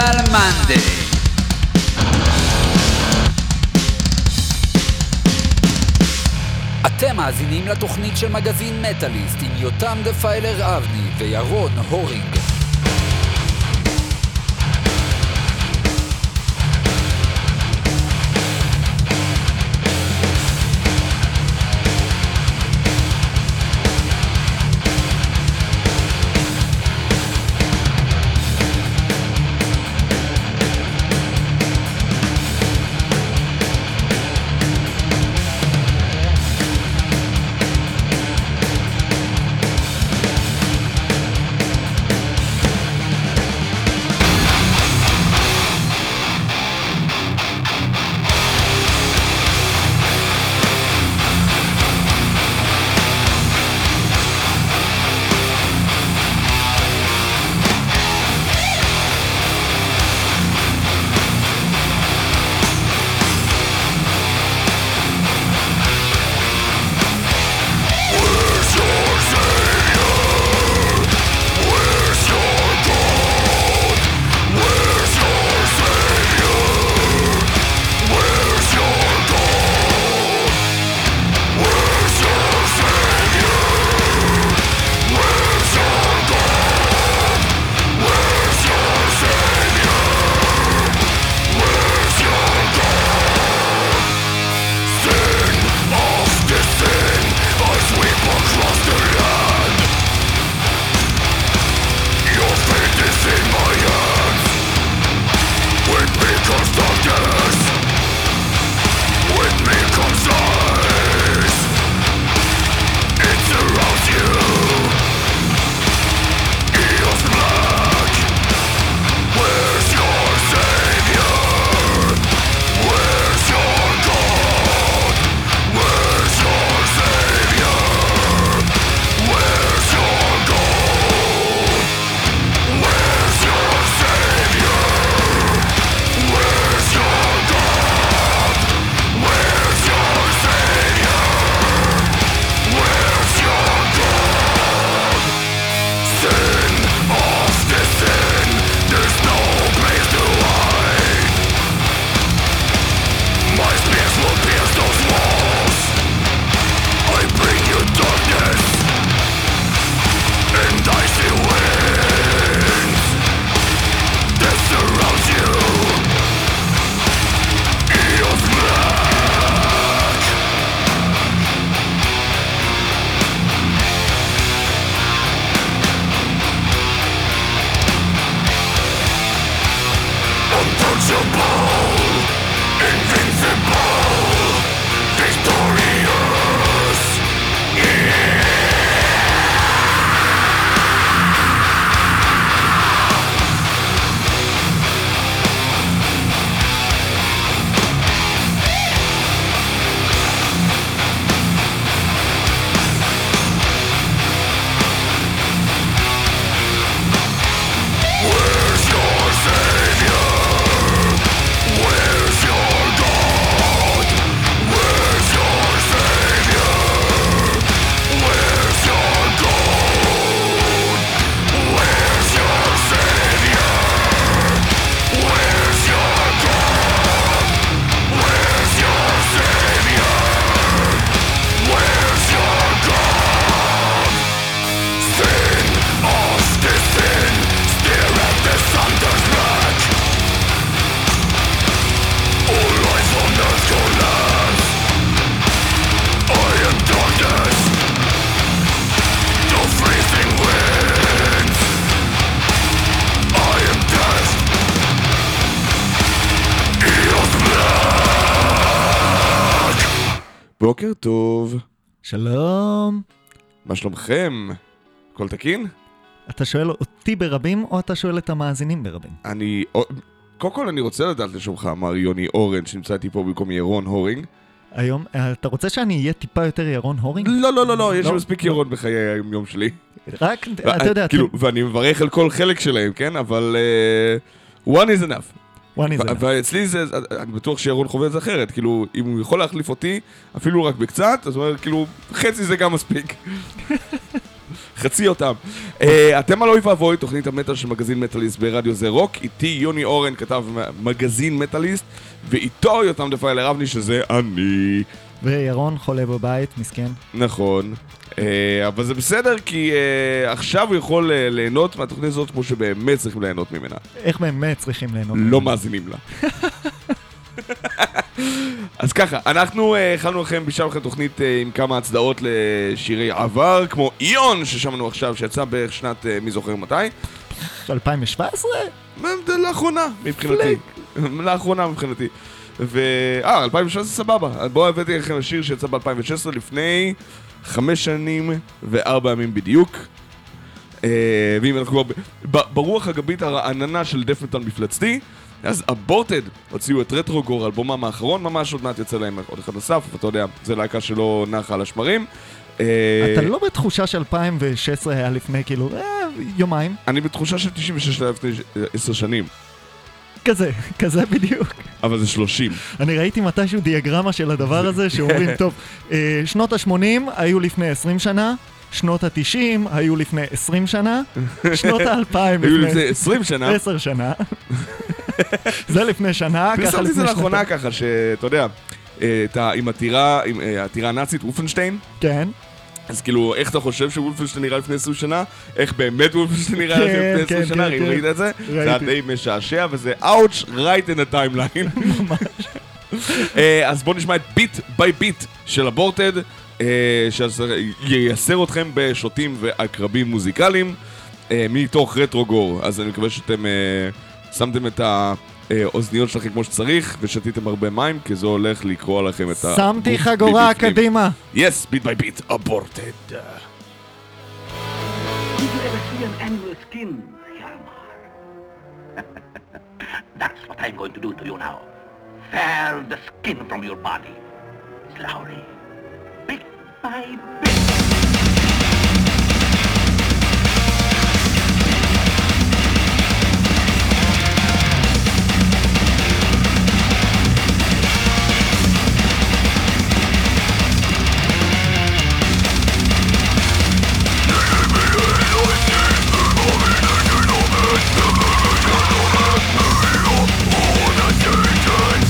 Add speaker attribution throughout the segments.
Speaker 1: על מנדי. אתם מאזינים לתוכנית של מגזין מטאליסט עם יותם דפיילר אבני וירון הורינג.
Speaker 2: בוקר טוב.
Speaker 3: שלום.
Speaker 2: מה שלומכם? הכל תקין?
Speaker 3: אתה שואל אותי ברבים או אתה שואל את המאזינים ברבים?
Speaker 2: קודם כל אני רוצה לדעת לשומך, אמר יוני אורן שנמצא איתי פה במקום ירון הורינג.
Speaker 3: היום, אתה רוצה שאני אהיה טיפה יותר ירון הורינג?
Speaker 2: לא, יש מספיק ירון בחיי היום שלי.
Speaker 3: רק, אתה יודע...
Speaker 2: ואני מברך על כל חלק שלהם, כן? אבל one is enough. ואצלי זה, אני בטוח שירון חווה את זה אחרת, כאילו, אם הוא יכול להחליף אותי, אפילו רק בקצת, אז הוא אומר, כאילו, חצי זה גם מספיק. חצי אותם. אתם על אוי ואבוי, תוכנית המטל של מגזין מטליסט ברדיו זה רוק. איתי יוני אורן כתב מגזין מטליסט, ואיתו יותם דפיילר אבני שזה אני.
Speaker 3: וירון חולה בבית, מסכן.
Speaker 2: נכון. אבל זה בסדר, כי עכשיו הוא יכול ליהנות מהתוכנית הזאת כמו שבאמת צריכים ליהנות ממנה.
Speaker 3: איך באמת צריכים ליהנות?
Speaker 2: לא מאזינים לה. אז ככה, אנחנו הכנו לכם, בישלנו לכם תוכנית עם כמה הצדעות לשירי עבר, כמו איון ששמענו עכשיו, שיצא בערך שנת מי זוכר מתי?
Speaker 3: 2017?
Speaker 2: לאחרונה מבחינתי. לאחרונה מבחינתי. 2016 סבבה. בואו הבאתי לכם השיר שיצא ב-2016 לפני 5 שנים ו4 ימים בדיוק. ואם אנחנו ברוח הגבית הרעננה של דף מטל מפלצתי, אז אבורטד הוציאו את רטרוגור, אלבומם האחרון, ממש עוד מעט יצא להם עוד אחד נוסף, ואתה יודע, זה להקה שלא נחה על השמרים.
Speaker 3: אתה לא בתחושה ש-2016 היה לפני כאילו יומיים?
Speaker 2: אני בתחושה של 96 היה לפני 10 שנים.
Speaker 3: כזה בדיוק.
Speaker 2: אבל זה 30.
Speaker 3: אני ראיתי מתישהו דיאגרמה של הדבר הזה, שאומרים, טוב, שנות ה-80 היו לפני 20 שנה, שנות ה-90 היו לפני 20 שנה, שנות ה-2000
Speaker 2: היו לפני 20 שנה.
Speaker 3: 10 שנה. זה לפני שנה, ככה לפני
Speaker 2: פרסמתי זה
Speaker 3: שנתיים.
Speaker 2: לאחרונה ככה, שאתה יודע, עם העתירה הנאצית, וולפנשטיין.
Speaker 3: כן.
Speaker 2: אז כאילו, איך אתה חושב שוולפנשטיין נראה לפני 20 שנה? איך באמת וולפנשטיין נראה לפני 20 שנה? אם ראית את זה? זה היה די משעשע, וזה ouch right in the timeline. ממש. אז בואו נשמע את ביט ביי ביט של אבורטד, שייסר אתכם בשוטים ועקרבים מוזיקליים, מתוך רטרוגור. אז אני מקווה שאתם שמתם את האוזניות שלכם כמו שצריך, ושתיתם הרבה מים, כי זה הולך לקרוא לכם את ה...
Speaker 3: שמתי חגורה קדימה.
Speaker 2: Yes, bit by bit, aborted.
Speaker 4: Did you ever see an animal skin, Hjalmar? That's what I'm going to do to you now. Tear the skin from your body. Slowly. Bit by bit.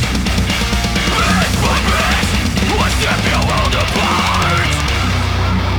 Speaker 4: What's the world apart?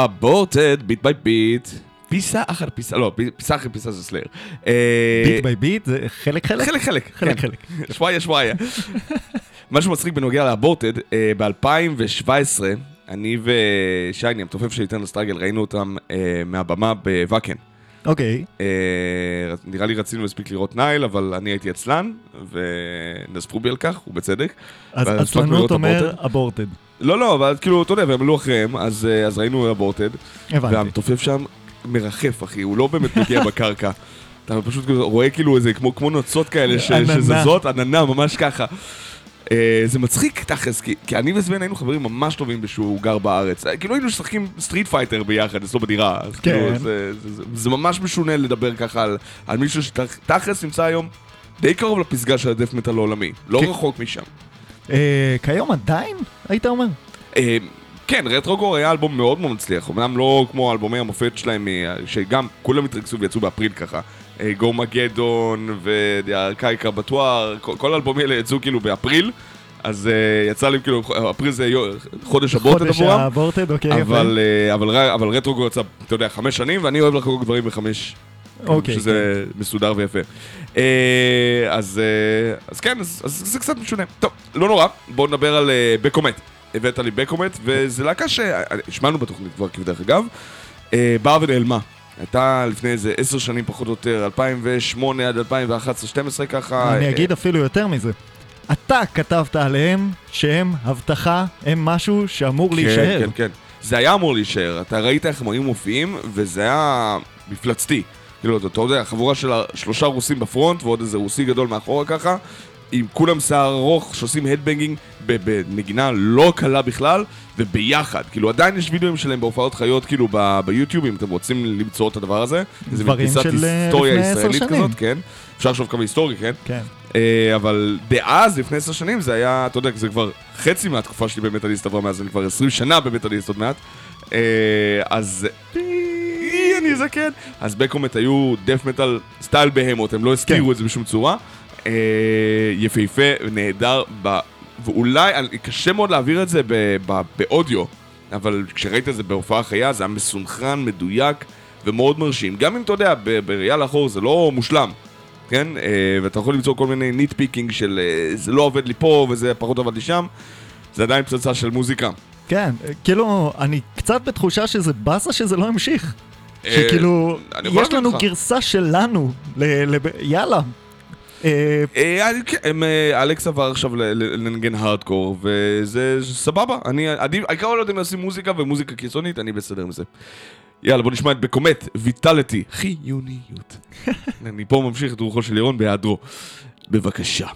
Speaker 2: אבורטד, ביט ביי ביט. פיסה אחר פיסה, לא, פיסה אחר פיסה זה סלייר.
Speaker 3: ביט ביי ביט זה חלק.
Speaker 2: חלק. שוואיה. משהו מצחיק בנוגע לאבורטד, ב-2017, אני ושייני, המתופף של איתן לסטרגל, ראינו אותם מהבמה בוואקן.
Speaker 3: אוקיי.
Speaker 2: נראה לי רצינו להספיק לראות נייל, אבל אני הייתי עצלן, ונזפו בי על כך, ובצדק.
Speaker 3: אז עצלנות אומר אבורטד.
Speaker 2: לא, אבל כאילו, אתה יודע, והם עלו אחריהם, אז ראינו אבורטד.
Speaker 3: הבנתי.
Speaker 2: והמתופף שם מרחף, אחי, הוא לא באמת מגיע בקרקע. אתה פשוט רואה כאילו איזה, כמו נוצות כאלה שזזות, עננה, ממש ככה. זה מצחיק תכלס, כי אני וסבן היינו חברים ממש טובים שהוא גר בארץ. כאילו היינו ששחקים סטריט פייטר ביחד, אצלו בדירה.
Speaker 3: כן.
Speaker 2: זה ממש משונה לדבר ככה על מישהו שתכלס נמצא היום די קרוב לפסגה של הדף מטל העולמי. לא רחוק משם.
Speaker 3: כיום עדיין, היית אומר?
Speaker 2: כן, רטרוגור היה אלבום מאוד מאוד מצליח, אמנם לא כמו אלבומי המופת שלהם, שגם כולם התרגסו ויצאו באפריל ככה. גורמגדון והקאיקה בטואר, כל האלבומים האלה יצאו כאילו באפריל, אז יצא לי כאילו, אפריל זה חודש אבורטד עבורם.
Speaker 3: חודש האבורטד, אוקיי.
Speaker 2: אבל רטרוגור יצא, אתה יודע, 5 שנים, ואני אוהב לחגוג דברים ב5, שזה מסודר ויפה. אז כן, אז זה קצת משונה. טוב, לא נורא, בואו נדבר על בקומט. הבאת לי בקומט, וזה להקה שהשמענו בתוכנית כבר כבדרך אגב, באה ונעלמה. הייתה לפני איזה 10 שנים פחות או יותר, 2008 עד 2011-2012 ככה.
Speaker 3: אני אגיד אפילו יותר מזה. אתה כתבת עליהם שהם הבטחה, הם משהו שאמור להישאר.
Speaker 2: כן. זה היה אמור להישאר. אתה ראית איך הם היו מופיעים, וזה היה מפלצתי. כאילו, אתה יודע, חבורה של 3 רוסים בפרונט, ועוד איזה רוסי גדול מאחורה ככה, עם כולם שיער ארוך שעושים הדבנגינג בנגינה לא קלה בכלל, וביחד, כאילו עדיין יש וידאוים שלהם בהופעות חיות כאילו ביוטיוב, אם אתם רוצים למצוא את הדבר הזה.
Speaker 3: דברים של לפני 10 שנים.
Speaker 2: כזאת, כן. אפשר לחשוב כמה היסטורי, כן?
Speaker 3: כן.
Speaker 2: אבל דאז, לפני 10 שנים, זה היה, אתה יודע, זה כבר חצי מהתקופה שלי במטאליסט עברה מאז, אני כבר 20 שנה במטאליסט עוד מעט. אז אני זקן. אז בקומט היו דף מטל סטייל בהמות, הם לא הזכירו את זה בשום צורה. יפהפה, נהדר, ואולי, קשה מאוד להעביר את זה באודיו, אבל כשראית את זה בהופעה חיה, זה היה מסונכרן, מדויק ומאוד מרשים. גם אם אתה יודע, בראייה לאחור זה לא מושלם, כן? ואתה יכול למצוא כל מיני ניט פיקינג של זה לא עובד לי פה וזה פחות עובד לי שם, זה עדיין פצצה של מוזיקה.
Speaker 3: כן, כאילו, אני קצת בתחושה שזה בסה שזה לא המשיך. שכאילו, יש לנו גרסה שלנו, יאללה.
Speaker 2: אלכס עבר עכשיו לנגן הארדקור, וזה סבבה. העיקר לא יודעים לעשות מוזיקה ומוזיקה קיצונית, אני בסדר עם זה. יאללה, בוא נשמע את בקומט, ויטליטי, חיוניות. אני פה ממשיך את רוחו של ירון בהיעדרו. בבקשה.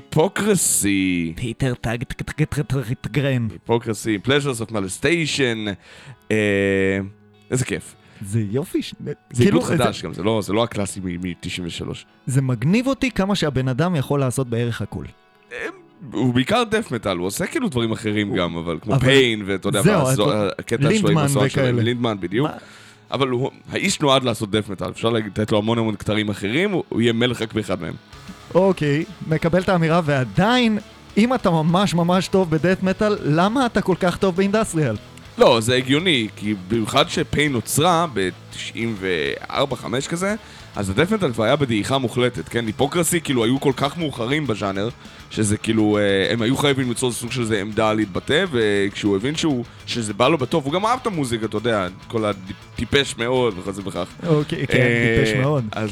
Speaker 2: היפוקרסי.
Speaker 3: פיטר טגרם.
Speaker 2: היפוקרסי, Pleasures of Molestation. איזה כיף.
Speaker 3: זה יופי.
Speaker 2: זה עיבוד חדש גם, זה לא הקלאסי מ-93.
Speaker 3: זה מגניב אותי כמה שהבן אדם יכול לעשות בערך הכל.
Speaker 2: הוא בעיקר דף מטל, הוא עושה כאילו דברים אחרים גם, אבל כמו פיין, ואתה יודע,
Speaker 3: לינדמן וכאלה.
Speaker 2: לינדמן בדיוק. אבל האיש נועד לעשות דף מטל, אפשר לתת לו המון כתרים אחרים, הוא יהיה מלך רק באחד מהם.
Speaker 3: אוקיי, מקבל את האמירה, ועדיין, אם אתה ממש ממש טוב בדף מטל, למה אתה כל כך טוב באינדסטריאל?
Speaker 2: לא, זה הגיוני, כי במיוחד שפיין נוצרה ב-94-5 כזה, אז הדף מטל כבר היה בדעיכה מוחלטת, כן? היפוקרסי כאילו היו כל כך מאוחרים בז'אנר, שזה כאילו, הם היו חייבים ליצור סוג של זה עמדה להתבטא, וכשהוא הבין שזה בא לו בטוב, הוא גם אהב את המוזיקה, אתה יודע, כל הטיפש מאוד וכזה בכך.
Speaker 3: אוקיי, כן, טיפש מאוד.
Speaker 2: אז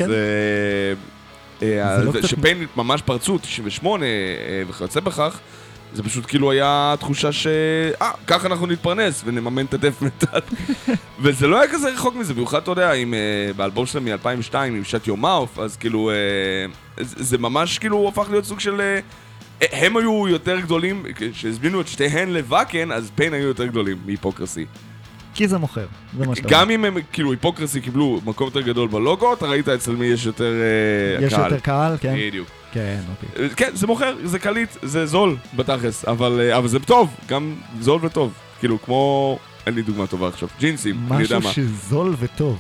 Speaker 2: שפיין ממש פרצו, 98 וכיוצא בכך, זה פשוט כאילו היה תחושה ככה אנחנו נתפרנס ונממן את הדף מטל. וזה לא היה כזה רחוק מזה, במיוחד אתה יודע, באלבום שלהם מ-2002, עם Shut Your Mouth, אז כאילו, זה ממש כאילו הפך להיות סוג של... הם היו יותר גדולים, כשהזמינו את שתיהן לבקן, אז פיין היו יותר גדולים מהיפוקרסי.
Speaker 3: כי זה מוכר, זה מה שאתה
Speaker 2: גם אם הם, כאילו, היפוקרסי קיבלו מקום יותר גדול בלוגו, אתה ראית אצל מי יש יותר קהל.
Speaker 3: יש יותר קהל, כן.
Speaker 2: בדיוק.
Speaker 3: כן, אוקיי.
Speaker 2: כן, זה מוכר, זה קליט, זה זול בתכלס, אבל זה טוב, גם זול וטוב. כאילו, כמו... אין לי דוגמה טובה עכשיו. ג'ינסים, אני יודע מה.
Speaker 3: משהו שזול וטוב.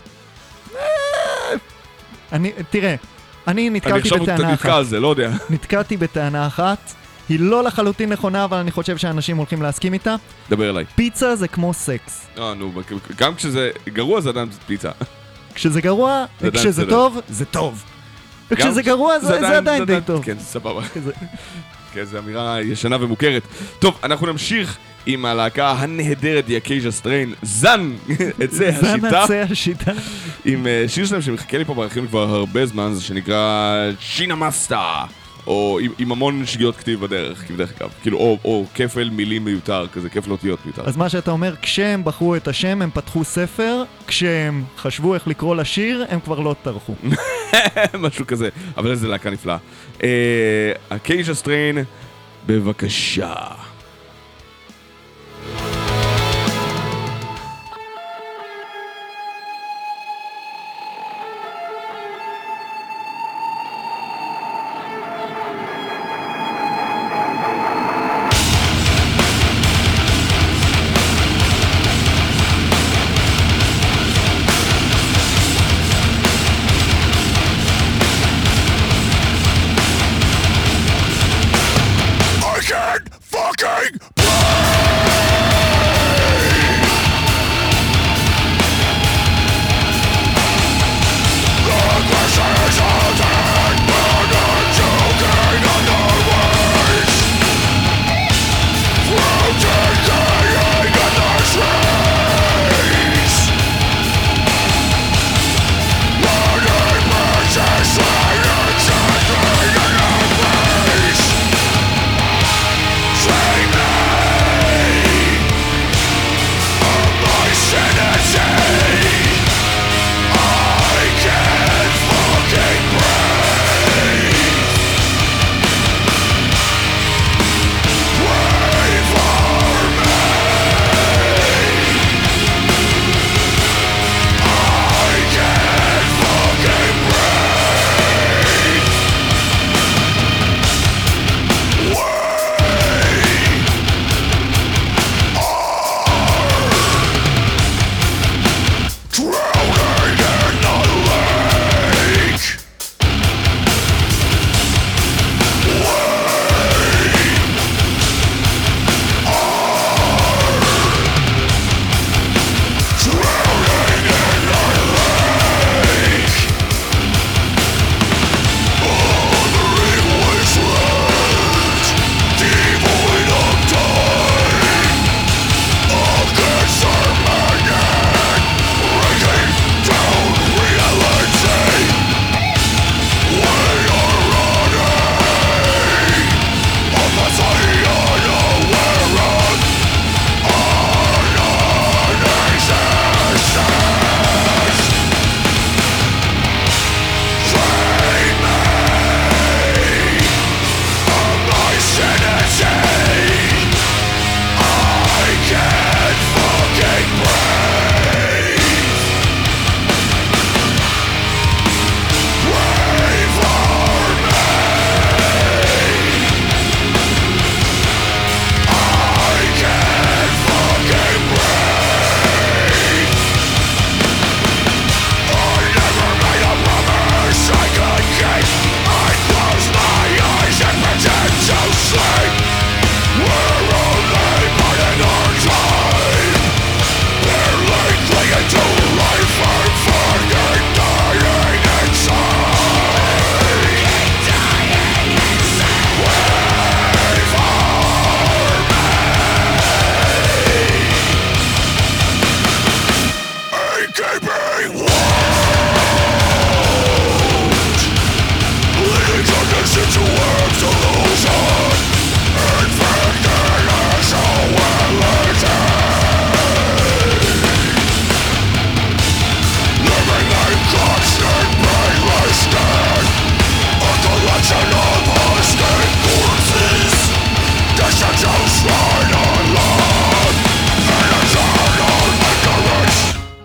Speaker 3: תראה, אני נתקלתי בטענה
Speaker 2: אני עכשיו
Speaker 3: אחת.
Speaker 2: נתקע על זה, לא יודע.
Speaker 3: נתקעתי בטענה אחת. היא לא לחלוטין נכונה, אבל אני חושב שאנשים הולכים להסכים איתה.
Speaker 2: דבר אליי.
Speaker 3: פיצה זה כמו סקס.
Speaker 2: נו, גם כשזה גרוע זה עדיין פיצה.
Speaker 3: כשזה גרוע, וכשזה טוב, זה טוב. וכשזה גרוע, זה עדיין די טוב.
Speaker 2: כן, סבבה. כן, זו אמירה ישנה ומוכרת. טוב, אנחנו נמשיך עם הלהקה הנהדרת, The Acacia Strain, זן עצי השיטה.
Speaker 3: זן עצי השיטה.
Speaker 2: עם שיר שלהם שמחכה לי פה בערכים כבר הרבה זמן, זה שנקרא שינה מסטה. או עם המון שגיאות כתיב בדרך, כבדרך כלל. כאילו, או כפל מילים מיותר, כזה כפל אותיות מיותר.
Speaker 3: אז מה שאתה אומר, כשהם בחרו את השם, הם פתחו ספר, כשהם חשבו איך לקרוא לשיר, הם כבר לא טרחו.
Speaker 2: משהו כזה, אבל איזה להקה נפלאה. Acacia Strain, בבקשה.
Speaker 5: Fuck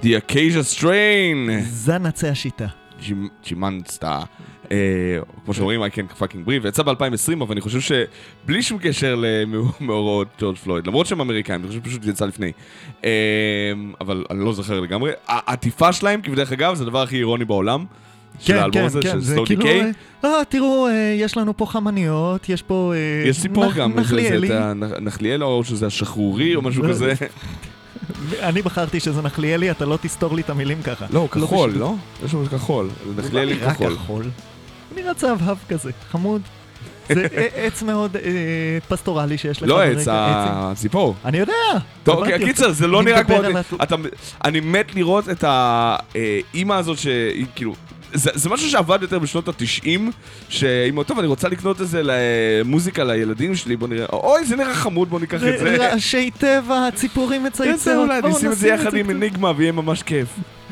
Speaker 2: The Acacia Strain.
Speaker 3: זן עצי השיטה.
Speaker 2: ג'ימנסטה. כמו שאומרים, I can fucking breathe. יצא ב-2020, אבל אני חושב שבלי שום קשר למאורעות ג'ורג' פלויד, למרות שהם אמריקאים, אני חושב שפשוט יצא לפני. אבל אני לא זוכר לגמרי. העטיפה שלהם, כבדרך אגב, זה הדבר הכי אירוני בעולם. של האלבום הזה, של סלואו דיקיי.
Speaker 3: תראו, יש לנו פה חמניות, יש פה
Speaker 2: יש סיפור גם,
Speaker 3: נחליאלי.
Speaker 2: זה נחליאל או שזה השחרורי או משהו כזה.
Speaker 3: אני בחרתי שזה נחליאלי, אתה לא תסתור לי את המילים ככה.
Speaker 2: לא, כחול, לא? יש לו כחול, נחליאלי כחול.
Speaker 3: נראה צהבהב כזה, חמוד. זה עץ מאוד פסטורלי שיש לך.
Speaker 2: לא עץ, הציפור.
Speaker 3: אני יודע.
Speaker 2: טוב, הקיצר, זה לא נראה כמו... אני מת לראות את האימא הזאת שהיא כאילו... זה משהו שעבד יותר בשנות ה-90, שאם טוב, אני רוצה לקנות את זה למוזיקה לילדים שלי, בוא נראה, אוי, זה נראה חמוד, בוא ניקח את זה.
Speaker 3: רעשי טבע, ציפורים מצייצות.
Speaker 2: זה אולי, נשים את זה יחד עם אניגמה, ויהיה ממש כיף.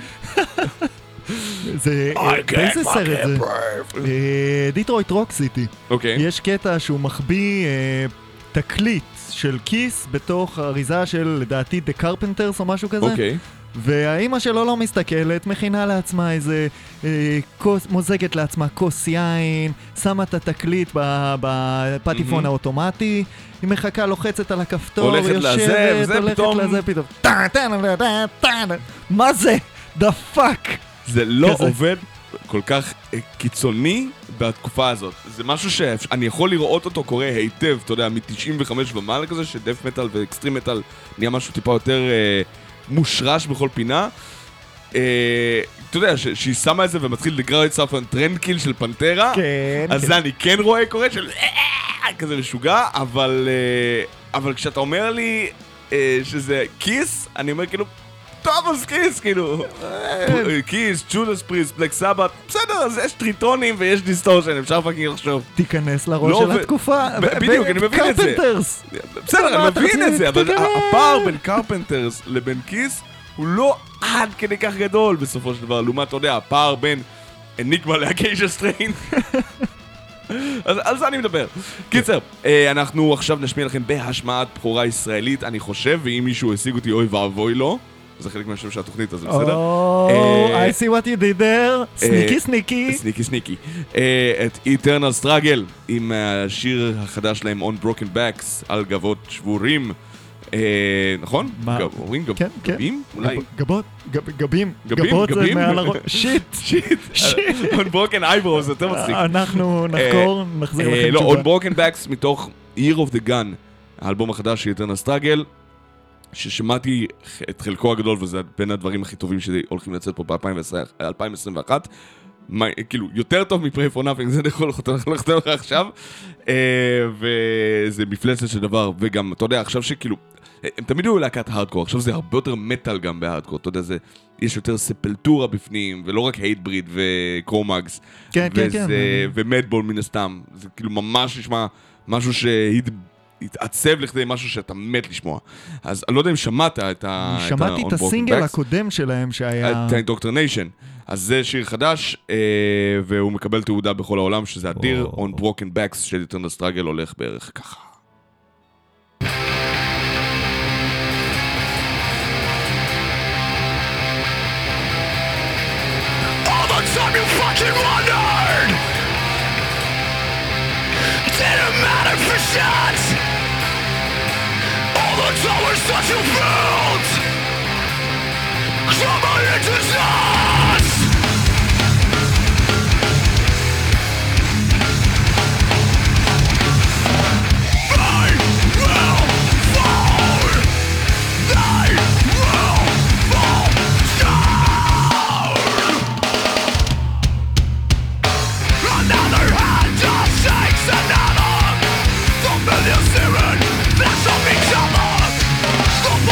Speaker 3: זה... באיזה סרט זה? דיטרויט רוק סיטי.
Speaker 2: אוקיי.
Speaker 3: יש קטע שהוא מחביא תקליט של כיס בתוך אריזה של, לדעתי, The Carpenters או משהו כזה.
Speaker 2: אוקיי.
Speaker 3: והאימא שלו לא מסתכלת, מכינה לעצמה איזה מוזגת לעצמה כוס יין, שמה את התקליט בפטיפון האוטומטי, היא מחכה, לוחצת על הכפתור, יושבת, הולכת לזה פתאום. מה זה? The fuck?
Speaker 2: זה לא עובד כל כך קיצוני בתקופה הזאת. זה משהו שאני יכול לראות אותו קורה היטב, אתה יודע, מ-95 ומעלה כזה, שדף מטל ואקסטרים מטל נהיה משהו טיפה יותר... מושרש בכל פינה. אתה יודע, שהיא שמה את זה ומתחיל לגרר את סאפרן טרנדקיל של פנטרה.
Speaker 3: כן.
Speaker 2: אז זה אני כן רואה קורה של כזה משוגע, אבל כשאתה אומר לי שזה כיס, אני אומר כאילו, טוב אז כיס, כאילו. כיס, ג'ודס פריסט, בלק סבת, בסדר, אז יש טריטונים ויש דיסטורשן, אפשר פאקינג לחשוב.
Speaker 3: תיכנס לראש של התקופה.
Speaker 2: בדיוק, אני מבין את זה.
Speaker 3: קרפנטרס.
Speaker 2: בסדר, אני מבין את זה, אבל הפער בין קרפנטרס לבין כיס הוא לא עד כדי כך גדול בסופו של דבר, לעומת, אתה יודע, הפער בין אניגמה לאקיישה סטריין. אז על זה אני מדבר. קיצר, אנחנו עכשיו נשמיע לכם בהשמעת בחורה ישראלית, אני חושב, ואם מישהו השיג אותי אוי ואבוי לו, זה חלק מהשם של התוכנית, אז זה בסדר?
Speaker 3: I see what you did there, סניקי סניקי.
Speaker 2: סניקי סניקי. את Eternal Struggle, עם השיר החדש שלהם On Broken Backs, על גבות שבורים. נכון? אומרים גבים? אולי?
Speaker 3: גבים. גבות זה מעל הראש. שיט.
Speaker 2: On Broken Eyebrows, זה יותר מצחיק.
Speaker 3: אנחנו נחקור, נחזיר לכם תשובה.
Speaker 2: לא, On Broken Backs מתוך Year of the Gun, האלבום החדש של Eternal Struggle, ששמעתי את חלקו הגדול, וזה בין הדברים הכי טובים שהולכים לצאת פה ב-2021. כאילו, יותר טוב מ-Pray for Nothing, זה יכול לחתום לך עכשיו. וזה מפלצת של דבר, וגם, אתה יודע, עכשיו שכאילו, הם תמיד היו להקת הארדקור, עכשיו זה הרבה יותר מטל גם בהארדקור, אתה יודע, יש יותר ספלטורה בפנים, ולא רק הייטבריד וקרומאגס.
Speaker 3: כן, כן, כן.
Speaker 2: ומדבול מן הסתם, זה כאילו ממש נשמע משהו התעצב לכדי משהו שאתה מת לשמוע. אז אני לא יודע אם שמעת את ה...
Speaker 3: שמעתי את הסינגל הקודם שלהם שהיה...
Speaker 2: את ה-Indoctrination. אז זה שיר חדש, והוא מקבל תעודה בכל העולם, שזה אדיר. On Broken Backs של Eternal Struggle הולך בערך ככה.
Speaker 5: All the time you fucking wondered, didn't matter for shots. All the towers that you built crumbled into dust. They will fall. They will fall down. Another hand just shakes another. Familiar siren, flash of each other. The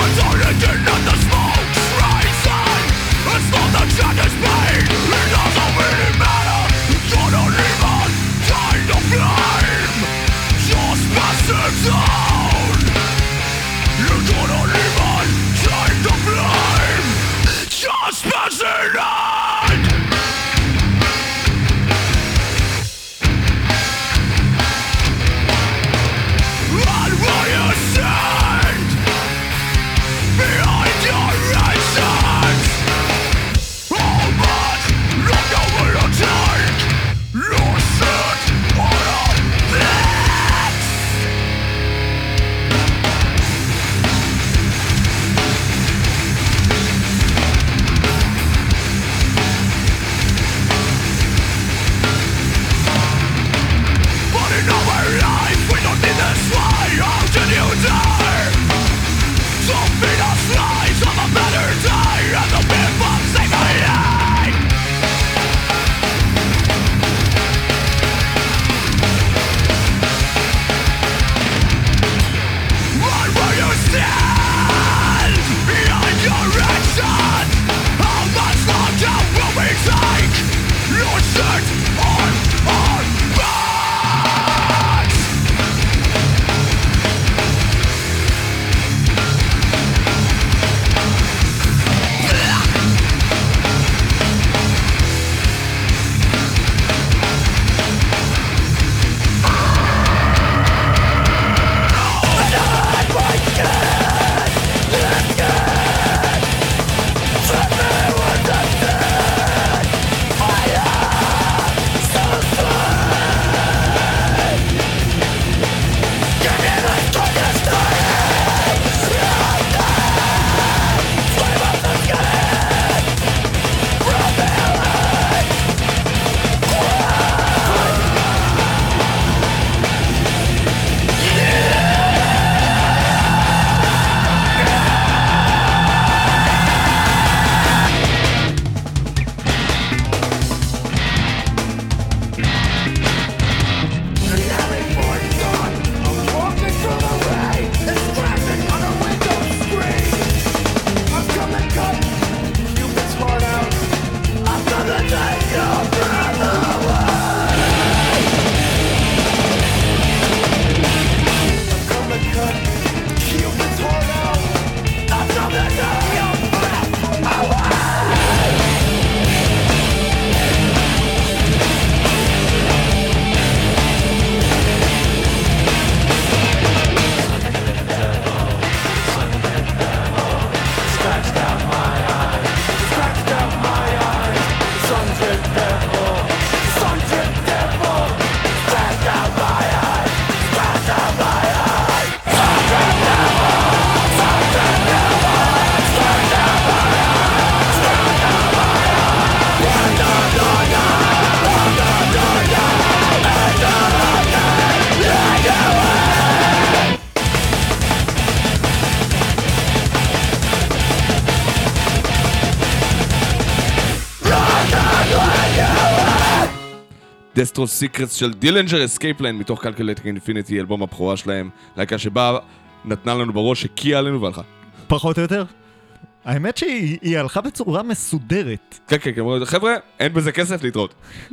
Speaker 2: דסטרו סיקרטס של דילנג'ר אסקייפליין מתוך קלקולטינג אינפיניטי, אלבום הבכורה שלהם, להקה שבה נתנה לנו בראש, הקיעה עלינו והלכה.
Speaker 3: פחות או יותר. האמת שהיא הלכה בצורה מסודרת.
Speaker 2: כן, כן, כן, חבר'ה, אין בזה כסף להתראות.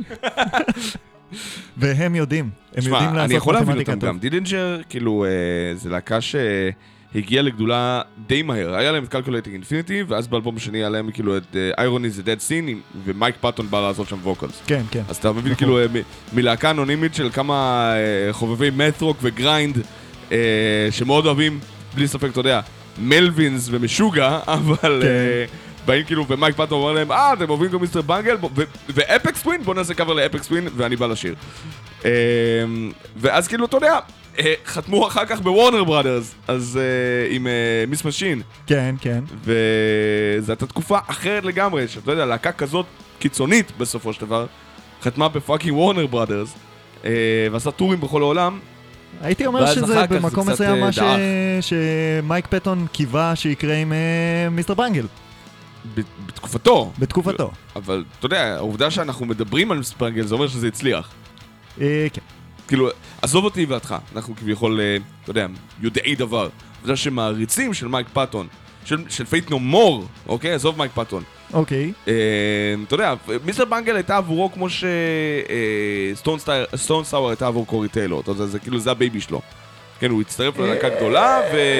Speaker 3: והם יודעים. הם
Speaker 2: שמה,
Speaker 3: יודעים
Speaker 2: אני
Speaker 3: לעשות
Speaker 2: יכול להבין
Speaker 3: מתמטיקה
Speaker 2: אותם
Speaker 3: טוב.
Speaker 2: גם. דילנג'ר, כאילו, זה להקה שהגיעה לגדולה די מהר. היה להם את קלקולטינג אינפיניטי, ואז באלבום השני היה להם כאילו את Iron is the Dead Scene, ומייק פאטון בא לעשות שם ווקלס.
Speaker 3: כן, כן.
Speaker 2: אז אתה מבין כאילו מלהקה אנונימית של כמה חובבי מת'רוק וגריינד, שמאוד אוהבים, בלי ספק, אתה יודע, מלווינס ומשוגע, אבל באים כאילו, ומייק פאטון אומר להם, אתם אוהבים גם מיסטר בנגל, ואפקס טווין, בוא נעשה קאבר לאפקס טווין, ואני בא לשיר. ואז כאילו, אתה יודע, חתמו אחר כך בוורנר בראדרס, אז עם מיס משין.
Speaker 3: כן, כן.
Speaker 2: וזו הייתה תקופה אחרת לגמרי, שאתה יודע, להקה כזאת קיצונית בסופו של דבר, חתמה בפאקינג וורנר בראדרס, ועשה טורים בכל העולם.
Speaker 3: הייתי אומר שזה במקום מסוים מה שמייק פטון קיווה שיקרה עם מיסטר בנגל.
Speaker 2: בתקופתו.
Speaker 3: בתקופתו.
Speaker 2: אבל אתה יודע, העובדה שאנחנו מדברים על מיסטר בנגל, זה אומר שזה הצליח.
Speaker 3: כן.
Speaker 2: כאילו, עזוב אותי ואתך, אנחנו כביכול, אתה יודע, יודעי דבר. העובדה שמעריצים של מייק פאטון, של פייט נו מור, אוקיי? עזוב מייק פאטון.
Speaker 3: אוקיי.
Speaker 2: אתה יודע, מיסטר בנגל הייתה עבורו כמו שסטון סאואר הייתה עבור קורי טיילור, אתה יודע, זה כאילו, זה הבייבי שלו. כן, הוא הצטרף ללהקה גדולה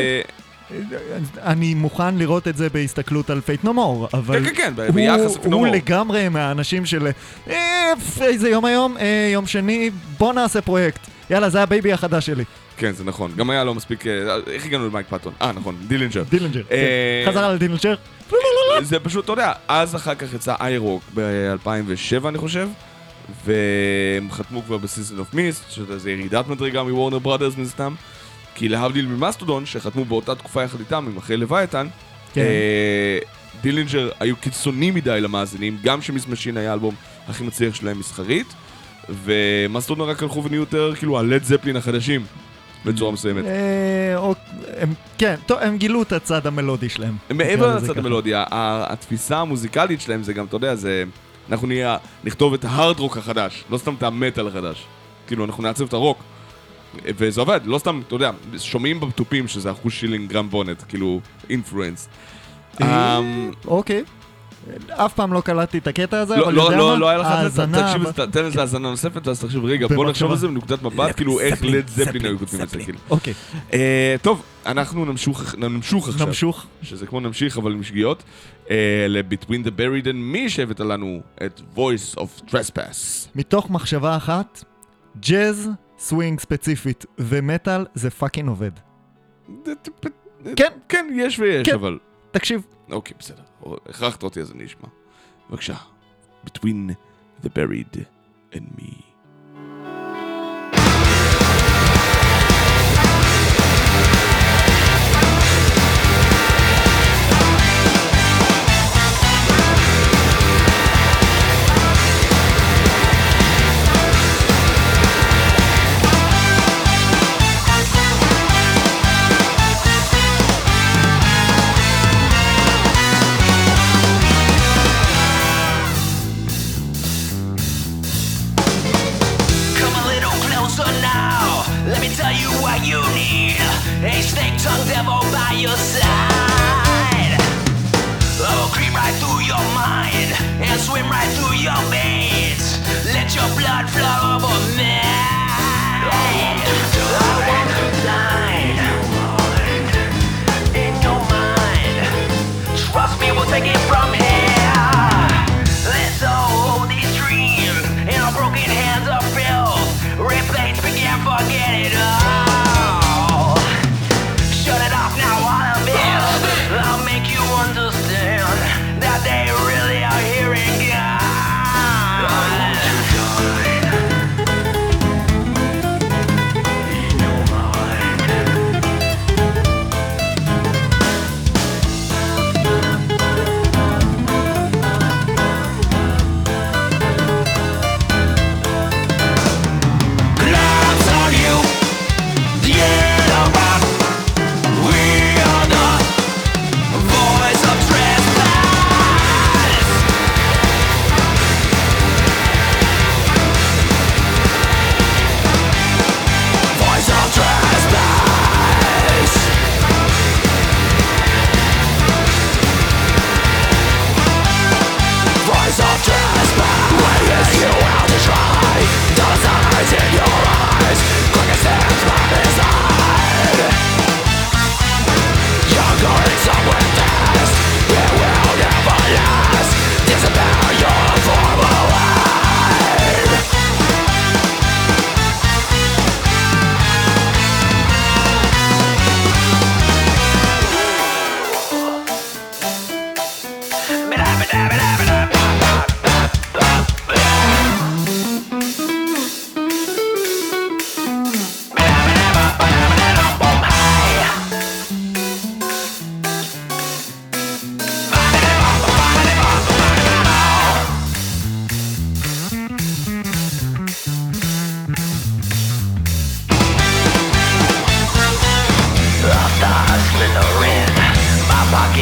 Speaker 3: אני מוכן לראות את זה בהסתכלות על פייט נו מור, אבל
Speaker 2: כן, כן, כן, ביחס לפייט נו מור.
Speaker 3: הוא לגמרי מהאנשים של איזה יום היום, יום שני, בוא נעשה פרויקט. יאללה, זה הבייבי החדש שלי.
Speaker 2: כן, זה נכון. גם היה לו מספיק... איך הגענו למייק פאטון? נכון, דילנג'ר.
Speaker 3: דילנג'ר, כן. חזרה לדילנג'ר.
Speaker 2: זה פשוט, אתה יודע, אז אחר כך יצא איירוק ב-2007, אני חושב, והם חתמו כבר בסיזן אוף מיסט, שזה ירידת מדרגה מוורנר בראדרס מסתם, כי להבדיל ממאסטודון, שחתמו באותה תקופה יחד איתם, עם אחרי לווייתן, דילנג'ר היו קיצונים מדי למאזינים, גם שמיס משין היה האלבום הכי מצליח שלהם מסחרית, ומאסטודון רק הלכו ונהיו יותר, כאילו, הלד זפלין החדשים, בצורה מסוימת.
Speaker 3: כן, טוב, הם גילו את הצד המלודי שלהם.
Speaker 2: מעבר לצד המלודי, התפיסה המוזיקלית שלהם זה גם, אתה יודע, זה... אנחנו נכתוב את ההארד רוק החדש, לא סתם את המטל החדש. כאילו, אנחנו נעצב את הרוק. וזה עובד, לא סתם, אתה יודע, שומעים בטופים שזה אחוז שילינג גרם בונט, כאילו, אינפלואנס.
Speaker 3: אוקיי. אף פעם לא קלטתי את הקטע הזה, אבל יודע מה?
Speaker 2: לא היה לך את זה, תקשיב, תן לזה האזנה נוספת, אז תקשיב, רגע, בוא נחשוב על זה מנקודת מבט, כאילו איך לד זפלין היו כותבים את זה, כאילו.
Speaker 3: אוקיי.
Speaker 2: טוב, אנחנו נמשוך עכשיו.
Speaker 3: נמשוך.
Speaker 2: שזה כמו נמשיך, אבל עם שגיאות. ל-Between the Buried and מי שהבאת לנו את Voice of Trespass.
Speaker 3: מתוך מחשבה אחת, ג'אז, סווינג ספציפית ומטל זה פאקינג עובד. כן.
Speaker 2: כן, יש ויש, אבל...
Speaker 3: תקשיב.
Speaker 2: אוקיי, בסדר. הכרחת אותי, אז אני אשמע. בבקשה. Between the Buried and me.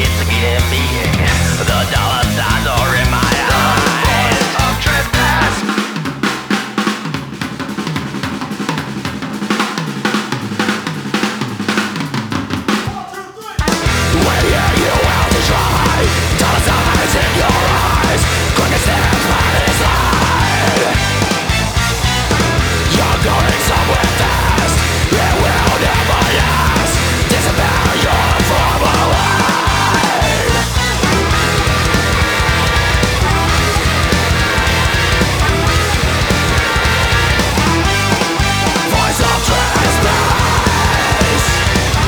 Speaker 4: It's giving the dollar signs are in my eyes. Of trespass. When you have to try, dollar signs in your eyes. Quick steps by this line. You're going somewhere fast. It will never last. Disappear your former life. Voice of trespass.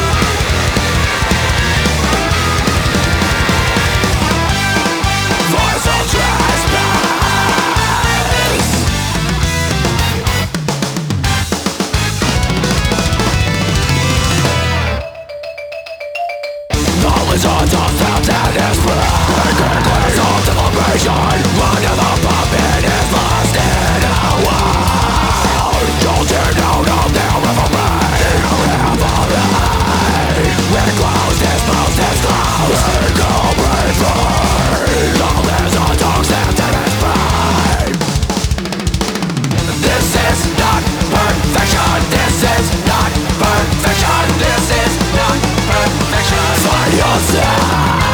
Speaker 4: Voice of trespass. The wizards of fountain is breaking glass of celebration. Under the puppet is lost in a world. Jolted out of their revelry. When closed is most is closed. Go breathe free. The lizard dogs stand in its pride. This is not perfection. This is not perfection. This is not perfection. Find yourself.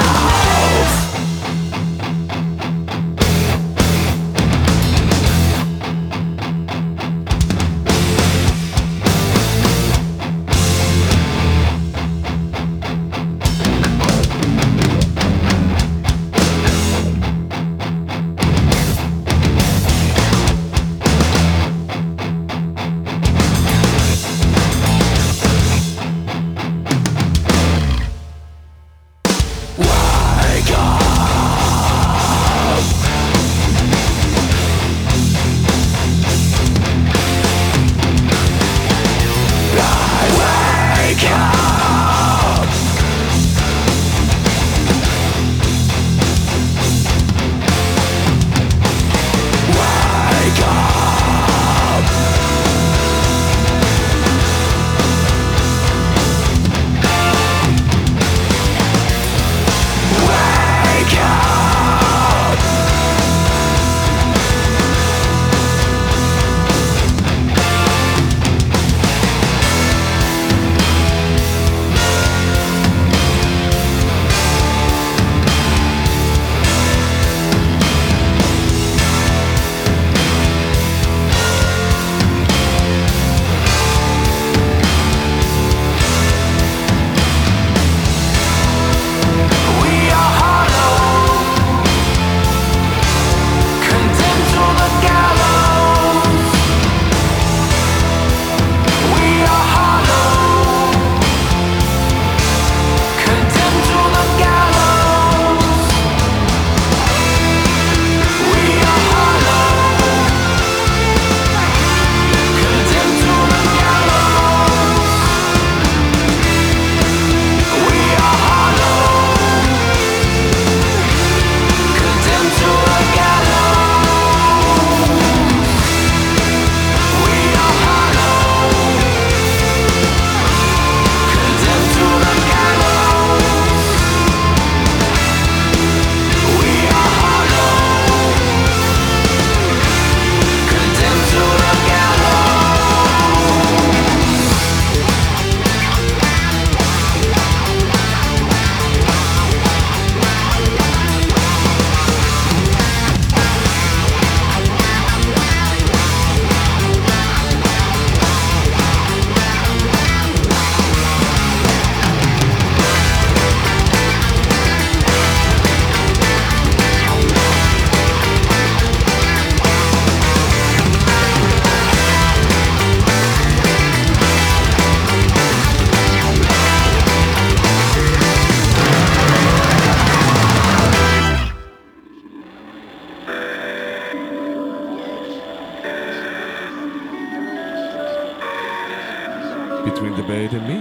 Speaker 2: Between the Buried and Me.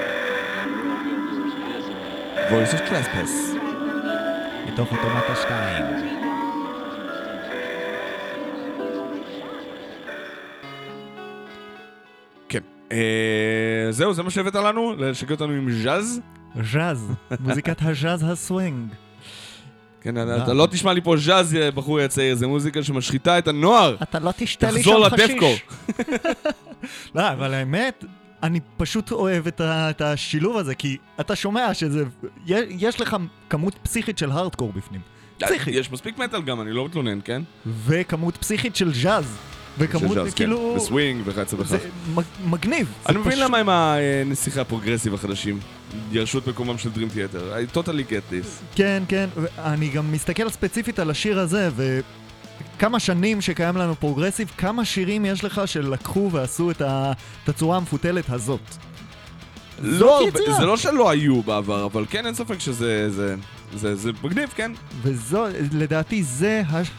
Speaker 2: Voice of Trespass.
Speaker 3: מתוך אוטומטה 2.
Speaker 2: כן. זהו, זה מה שהבאת לנו? לשגע אותנו עם ז'אז?
Speaker 3: ז'אז, מוזיקת הז'אז הסווינג.
Speaker 2: כן, אתה לא תשמע לי פה ז'אז, בחור הצעיר, זה מוזיקה שמשחיתה את הנוער.
Speaker 3: אתה לא תשתה לי
Speaker 2: תחזור
Speaker 3: שם חשיש.
Speaker 2: לדפקו.
Speaker 3: לא, אבל האמת, אני פשוט אוהב את השילוב הזה, כי אתה שומע שזה, יש לך כמות פסיכית של הארדקור בפנים. פסיכית.
Speaker 2: יש מספיק מטל גם, אני לא מתלונן, כן?
Speaker 3: וכמות פסיכית של ז'אז. וכמות,
Speaker 2: של ז'אז,
Speaker 3: כאילו...
Speaker 2: כן. וסווינג וכיוצא בכך.
Speaker 3: זה מגניב.
Speaker 2: אני מבין למה עם הנסיכי הפרוגרסיב החדשים ירשו את מקומם של Dream Theater. I totally get this.
Speaker 3: כן, כן. אני גם מסתכל ספציפית על השיר הזה, וכמה שנים שקיים לנו פרוגרסיב, כמה שירים יש לך שלקחו ועשו את הצורה המפותלת הזאת.
Speaker 2: לא, זה לא שלא היו בעבר, אבל כן, אין ספק שזה מגניב, כן?
Speaker 3: וזו, לדעתי, זה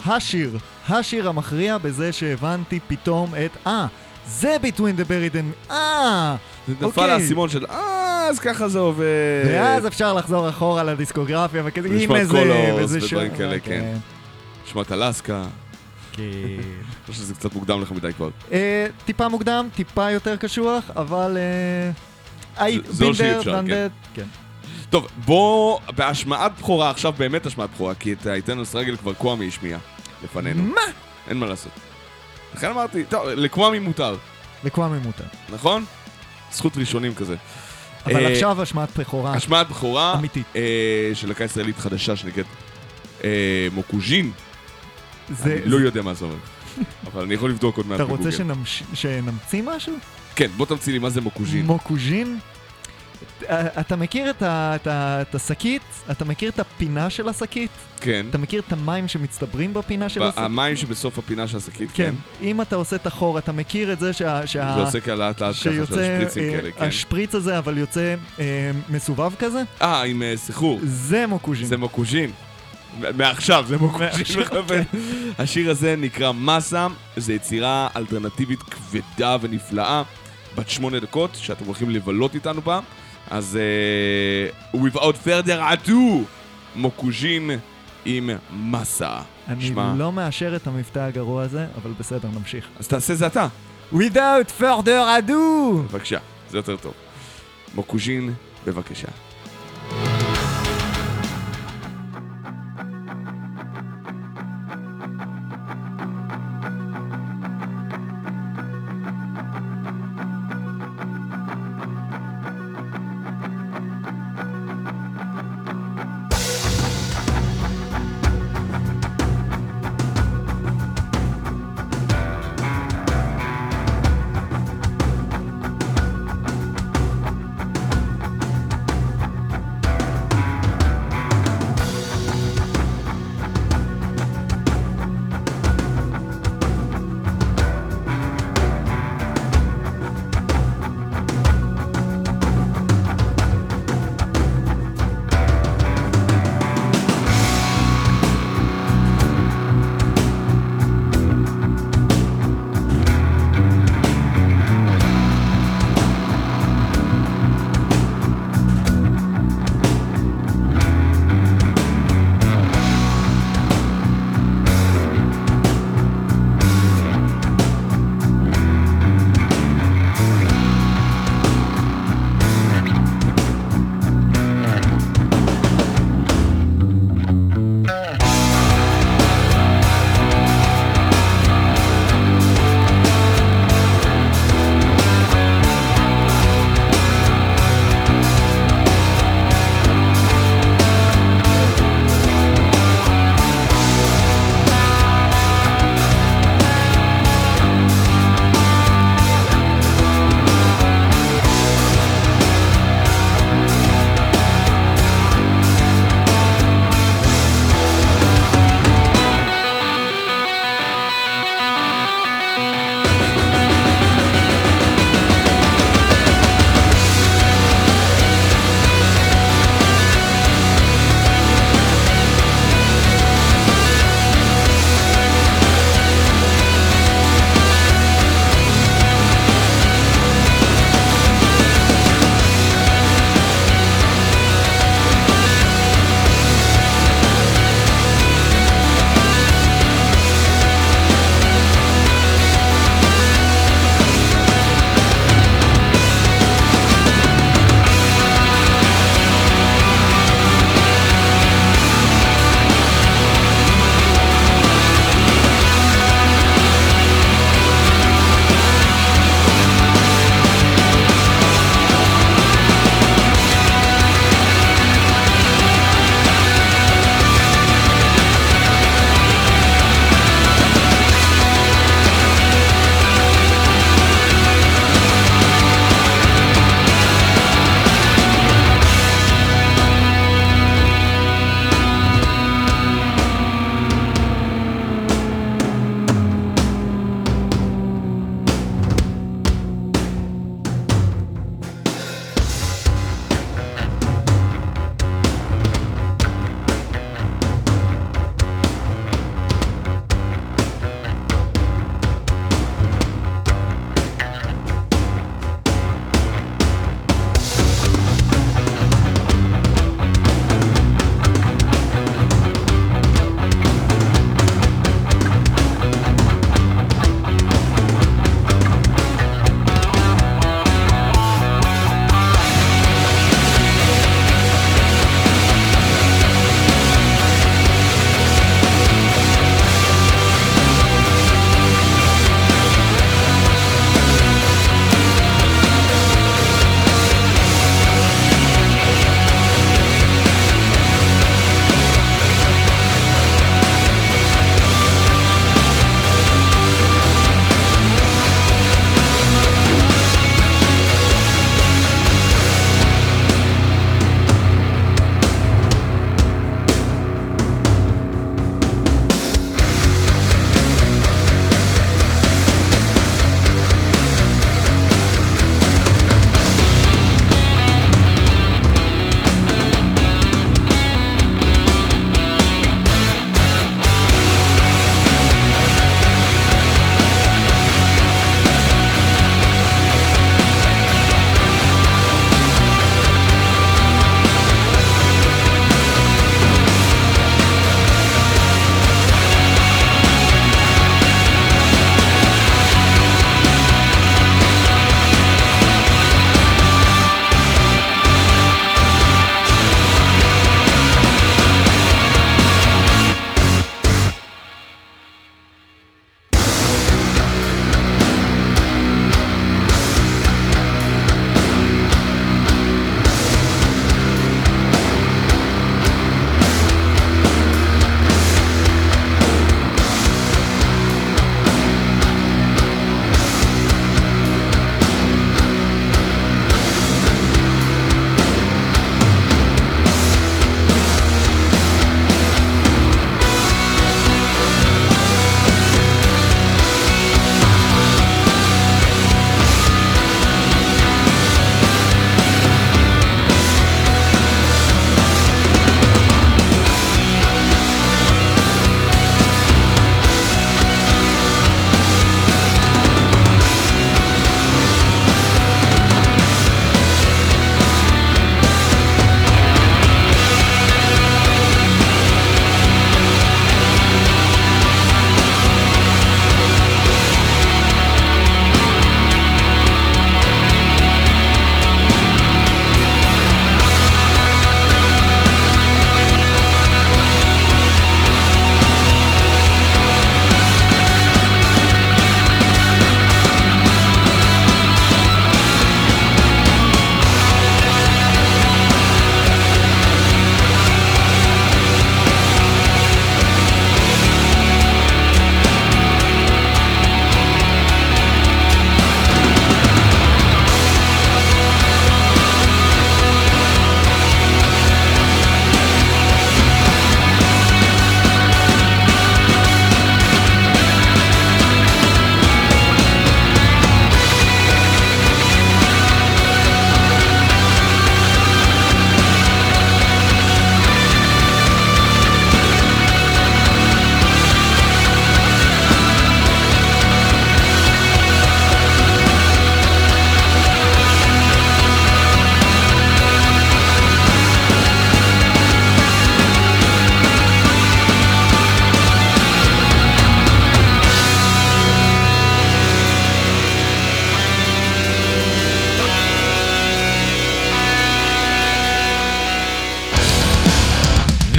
Speaker 3: השיר המכריע בזה שהבנתי פתאום את, זה Between the Buried and...
Speaker 2: זה נפל האסימון של, אז ככה זה עובד.
Speaker 3: ואז אפשר לחזור אחורה לדיסקוגרפיה, וכזה,
Speaker 2: לשמוע
Speaker 3: הנה
Speaker 2: את קולוס
Speaker 3: וזה
Speaker 2: ודברים כאלה, כן. לשמוע את אלסקה.
Speaker 3: כן.
Speaker 2: אני חושב שזה קצת מוקדם לך מדי כבר.
Speaker 3: טיפה מוקדם, טיפה יותר קשוח, אבל...
Speaker 2: זה לא שאי-אפשר, כן.
Speaker 3: כן.
Speaker 2: טוב, בוא, בהשמעת בכורה, עכשיו באמת השמעת בכורה, כי את האיטרנל סטרגל כבר קוואמי השמיע לפנינו.
Speaker 3: מה?
Speaker 2: אין מה לעשות. לכן אמרתי, טוב, לקוואמי מותר,
Speaker 3: לקוואמי מותר.
Speaker 2: נכון? זכות ראשונים כזה.
Speaker 3: אבל עכשיו השמעת בכורה.
Speaker 2: השמעת בכורה
Speaker 3: אמיתית.
Speaker 2: של להקה ישראלית חדשה שנקראת מוקוז'ין.
Speaker 3: זה...
Speaker 2: אני לא יודע מה זה אומר, אבל אני יכול לבדוק עוד מעט
Speaker 3: אתה
Speaker 2: בגוגל.
Speaker 3: רוצה שנמציא משהו?
Speaker 2: כן, בוא תמציא לי מה זה מוקוז'ין.
Speaker 3: מוקוז'ין? אתה מכיר את השקית? אתה מכיר את הפינה של השקית?
Speaker 2: כן.
Speaker 3: אתה מכיר את המים שמצטברים בפינה של השקית?
Speaker 2: המים שבסוף הפינה של השקית,
Speaker 3: כן.
Speaker 2: כן.
Speaker 3: אם אתה עושה את החור, אתה מכיר את זה
Speaker 2: זה עושה כאלה ככה של השפריצים כאלה, כן.
Speaker 3: השפריץ הזה, אבל יוצא מסובב כזה?
Speaker 2: עם סחור.
Speaker 3: זה מוקוז'ין.
Speaker 2: זה מוקוז'ין. מעכשיו, זה מוקוז'ין מכוון. השיר הזה נקרא מסה, זה יצירה אלטרנטיבית כבדה ונפלאה, בת 8 דקות, שאתם הולכים לבלות איתנו בה. אז without further ado, מוקוז'ין עם מסה.
Speaker 3: אני לא מאשר את המבטא הגרוע הזה, אבל בסדר, נמשיך.
Speaker 2: אז תעשה זה אתה.
Speaker 3: without further ado!
Speaker 2: בבקשה, זה יותר טוב. מוקוז'ין, בבקשה.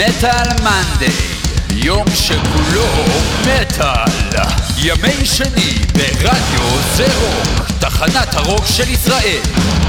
Speaker 1: מטל מנדי, יום שכולו מטל. ימי שני ברדיו זה רוק, תחנת הרוק של ישראל.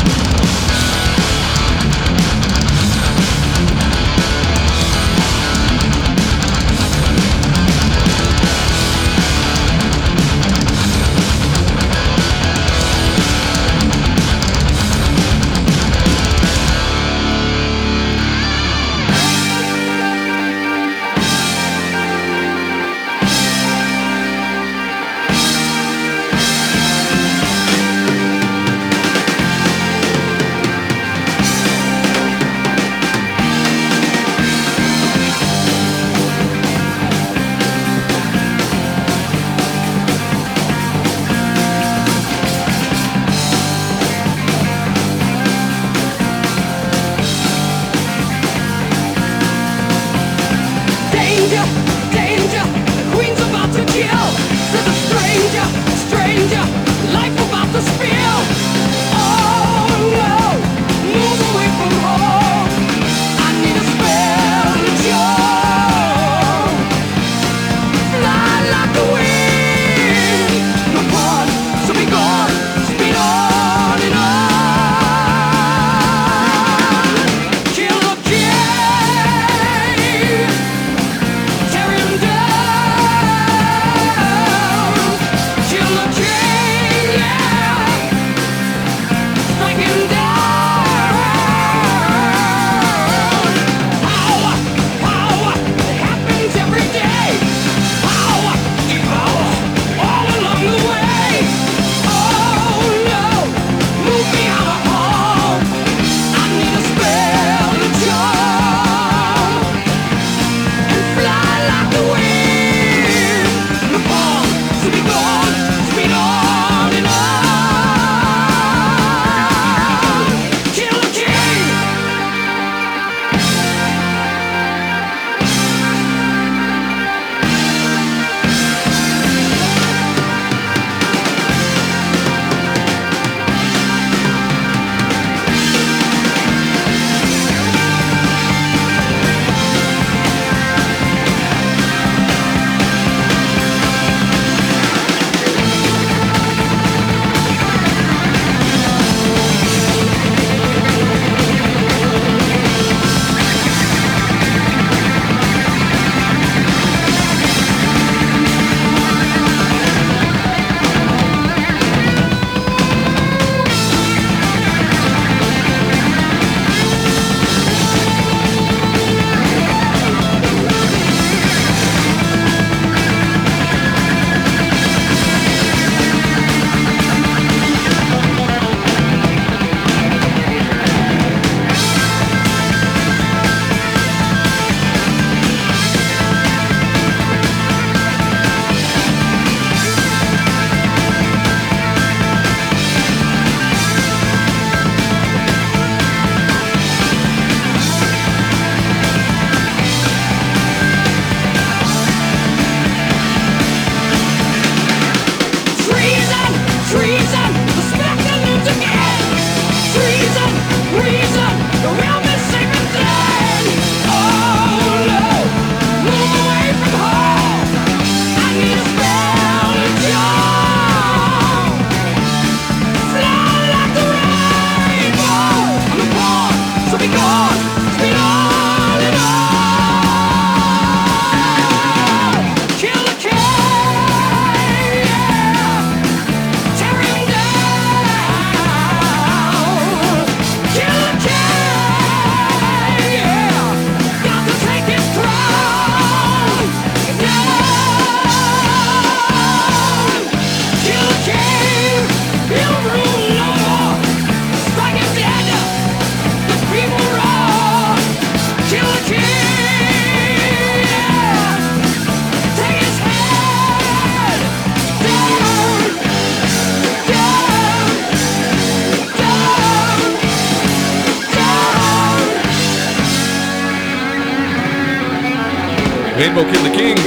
Speaker 2: Rainbow Kill the King.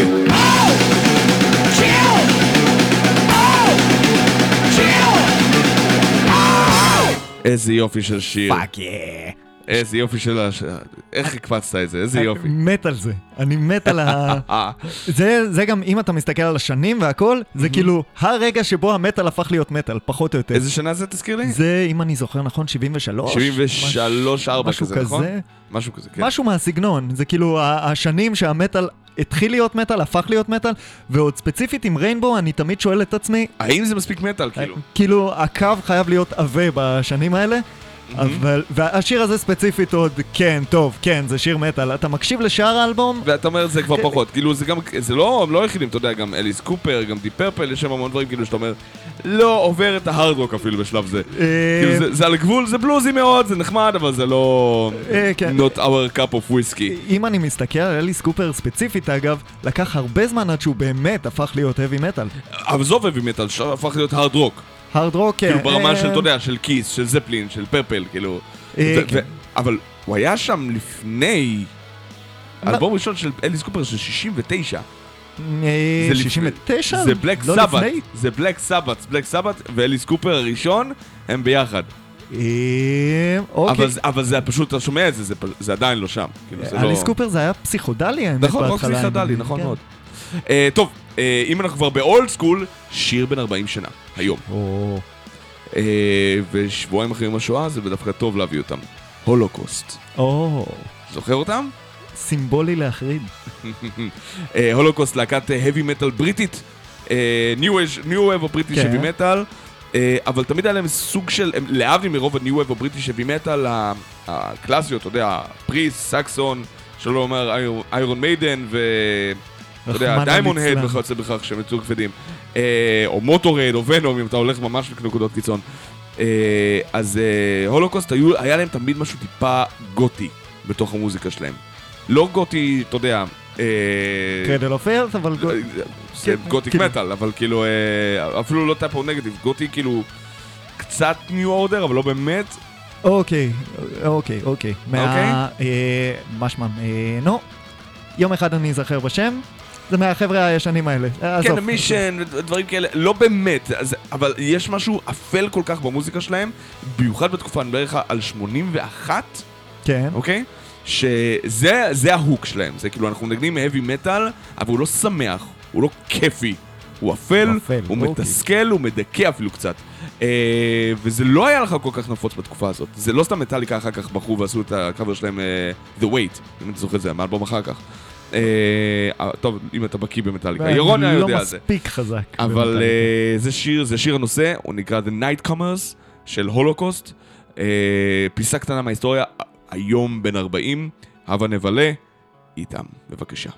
Speaker 2: איזה יופי של שיר.
Speaker 3: פאק יא.
Speaker 2: איזה יופי של איך הקפצת את זה, איזה יופי.
Speaker 3: מת על זה. אני מת על זה גם, אם אתה מסתכל על השנים והכל, זה כאילו הרגע שבו המטל הפך להיות מטל, פחות או יותר.
Speaker 2: איזה שנה זה, תזכיר לי?
Speaker 3: זה, אם אני זוכר נכון, 73.
Speaker 2: 73-4 כזה, נכון? משהו כזה, כן.
Speaker 3: משהו מהסגנון. זה כאילו השנים שהמטל התחיל להיות מטל, הפך להיות מטל, ועוד ספציפית עם ריינבו, אני תמיד שואל את עצמי,
Speaker 2: האם זה מספיק מטל, כאילו?
Speaker 3: כאילו, הקו חייב להיות עבה בשנים האלה, והשיר הזה ספציפית עוד, כן, טוב, כן, זה שיר מטל. אתה מקשיב לשאר האלבום?
Speaker 2: ואתה אומר, זה כבר פחות. כאילו, זה גם, זה לא, הם לא היחידים, אתה יודע, גם אליס קופר, גם די פרפל, יש שם המון דברים, כאילו, שאתה אומר, לא עובר את ההארד רוק אפילו בשלב זה. כאילו, זה על הגבול, זה בלוזי מאוד, זה נחמד, אבל זה לא... not our cup of whiskey.
Speaker 3: אם אני מסתכל על אליס קופר ספציפית, אגב, לקח הרבה זמן עד שהוא באמת הפך להיות heavy metal.
Speaker 2: אבל זו heavy metal, הפך להיות הארד רוק.
Speaker 3: הארד רוק, כן.
Speaker 2: כאילו ברמה של, אתה יודע, של כיס, של זפלין, של פרפל, כאילו. אבל הוא היה שם לפני... אלבום ראשון של אליס קופר של 69.
Speaker 3: 69?
Speaker 2: זה בלק סבת. זה בלק סבת. בלק סבת ואליס קופר הראשון הם ביחד.
Speaker 3: אוקיי.
Speaker 2: אבל זה פשוט, אתה שומע את זה, זה עדיין לא שם.
Speaker 3: אליס קופר זה היה פסיכודלי, האמת, בהתחלה.
Speaker 2: נכון, רק פסיכודלי, נכון מאוד. טוב, אם אנחנו כבר באולד סקול, שיר בן 40 שנה, היום. ושבועיים אחרי יום השואה זה דווקא טוב להביא אותם. הולוקוסט. זוכר אותם?
Speaker 3: סימבולי להחריד.
Speaker 2: הולוקוסט, להקת heavy metal בריטית, new wave הבריטי heavy metal, אבל תמיד היה להם סוג של, להבדיל מרוב ה-new wave הבריטי heavy metal הקלאסיות, אתה יודע, פריס, סקסון, שלא אומר איירון מיידן אתה יודע, דיימון הד וכיוצא בכך שהם יצאו כבדים, או מוטורד, או ונום, אם אתה הולך ממש לנקודות קיצון. אז הולוקוסט היה להם תמיד משהו טיפה גותי בתוך המוזיקה שלהם. לא גותי, אתה יודע...
Speaker 3: קרדל אוף ארת', אבל...
Speaker 2: זה גותיק מטל, אבל כאילו, אפילו לא טייפ או נגטיב, גותי כאילו קצת ניו אורדר, אבל לא באמת.
Speaker 3: אוקיי. משמע, נו, יום אחד אני אזכר בשם. זה מהחבר'ה הישנים האלה.
Speaker 2: כן, מישן, דברים כאלה, לא באמת, אבל יש משהו אפל כל כך במוזיקה שלהם, במיוחד בתקופה, אני בערך על 81,
Speaker 3: כן.
Speaker 2: אוקיי? שזה ההוק שלהם, זה כאילו אנחנו מנגנים מהאבי מטל, אבל הוא לא שמח, הוא לא כיפי, הוא אפל, הוא מתסכל, הוא מדכא אפילו קצת. וזה לא היה לך כל כך נפוץ בתקופה הזאת, זה לא סתם מטליקה אחר כך בחרו ועשו את הקאבר שלהם The Wait, אם אתה זוכר את זה, מהאלבום אחר כך. טוב, אם אתה בקיא במטליקה, ירון היה יודע על זה.
Speaker 3: לא מספיק חזק.
Speaker 2: אבל זה שיר הנושא, הוא נקרא The Nightcomers של הולוקוסט, פיסה קטנה מההיסטוריה, היום בן 40, הווה נבלה, איתם, בבקשה.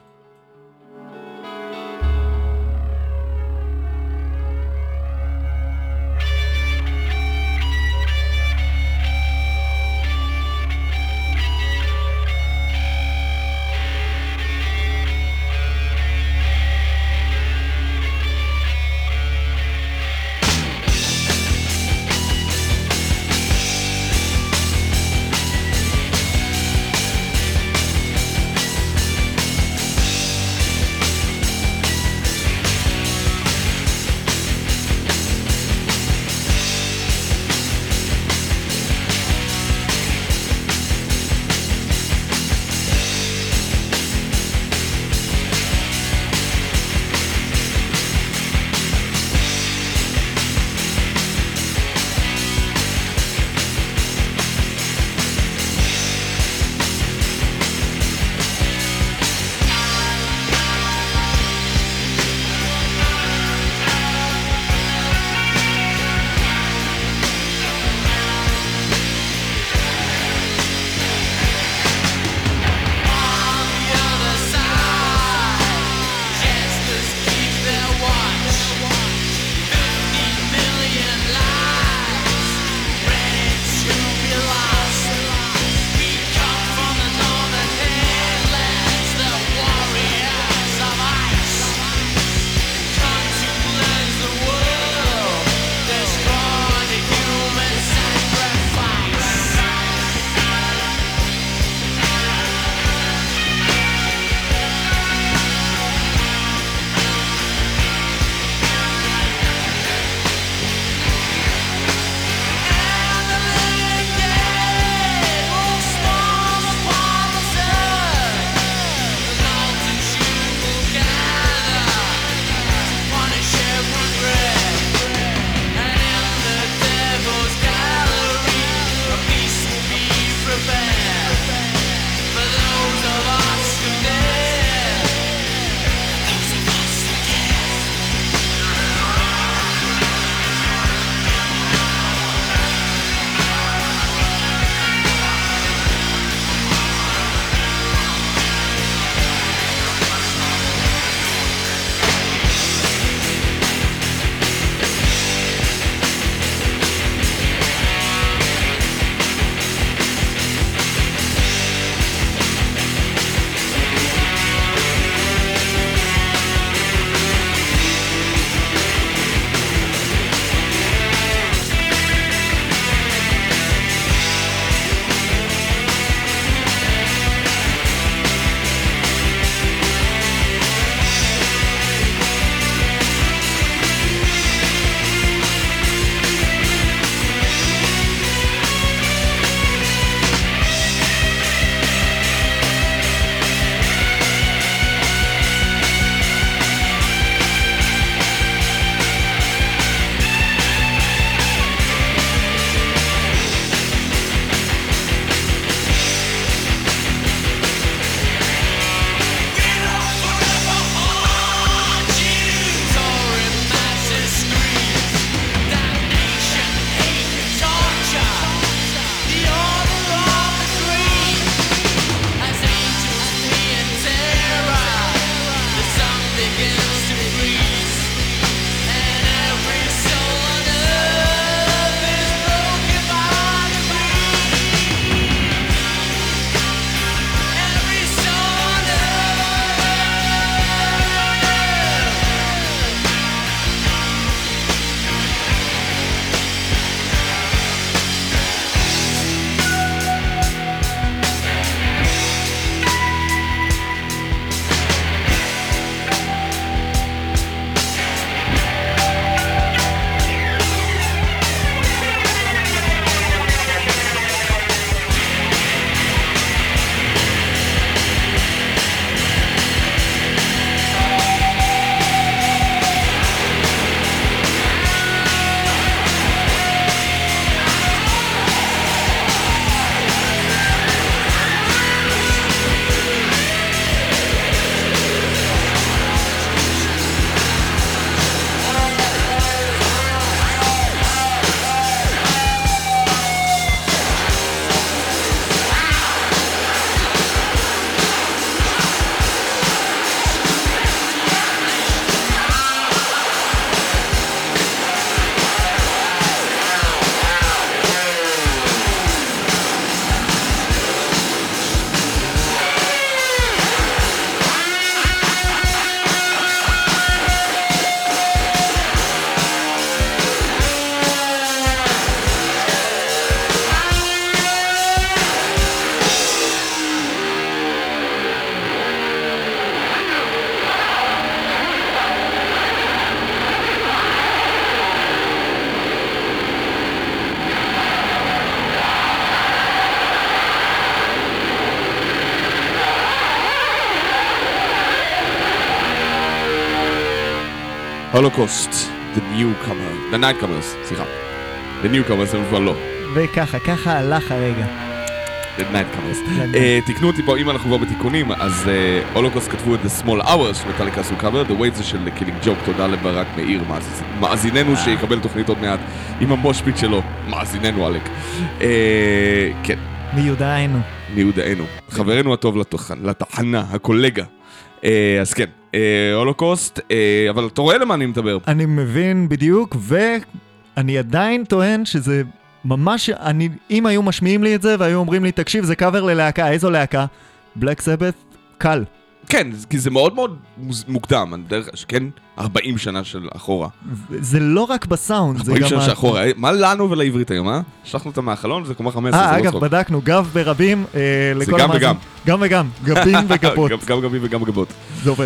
Speaker 2: Holocaust, the Nightcomers, סליחה. The Newcomers הם כבר לא.
Speaker 3: וככה הלך הרגע.
Speaker 2: The Nightcomers. תקנו אותי פה, אם אנחנו כבר בתיקונים, אז הולוקוסט כתבו את The Small Hours שמטאליקה עשו קאבר, The Wait זה של Killing Joke, תודה לברק מאיר, מאזיננו שיקבל תוכנית עוד מעט עם המושפיט שלו, מאזיננו אלק. כן. מיודענו. חברנו הטוב לתחנה, הקולגה. אז כן, הולוקוסט, אבל אתה רואה למה אני מדבר.
Speaker 3: אני מבין בדיוק, ואני עדיין טוען שזה ממש, אם היו משמיעים לי את זה והיו אומרים לי, תקשיב, זה קאבר ללהקה, איזו להקה? בלק סבת, קל.
Speaker 2: כן, כי זה מאוד מאוד מוקדם, כן, 40 שנה של אחורה.
Speaker 3: זה לא רק בסאונד, זה גם...
Speaker 2: 40 שנה של אחורה, מה לנו ולעברית היום, שלחנו אותה מהחלון, זה כמו 15, זה לא צחוק.
Speaker 3: אגב, בדקנו, גב ברבים,
Speaker 2: זה גם וגם.
Speaker 3: גם וגם, גבים וגבות.
Speaker 2: גם גבים וגם גבות.
Speaker 3: זה עובד.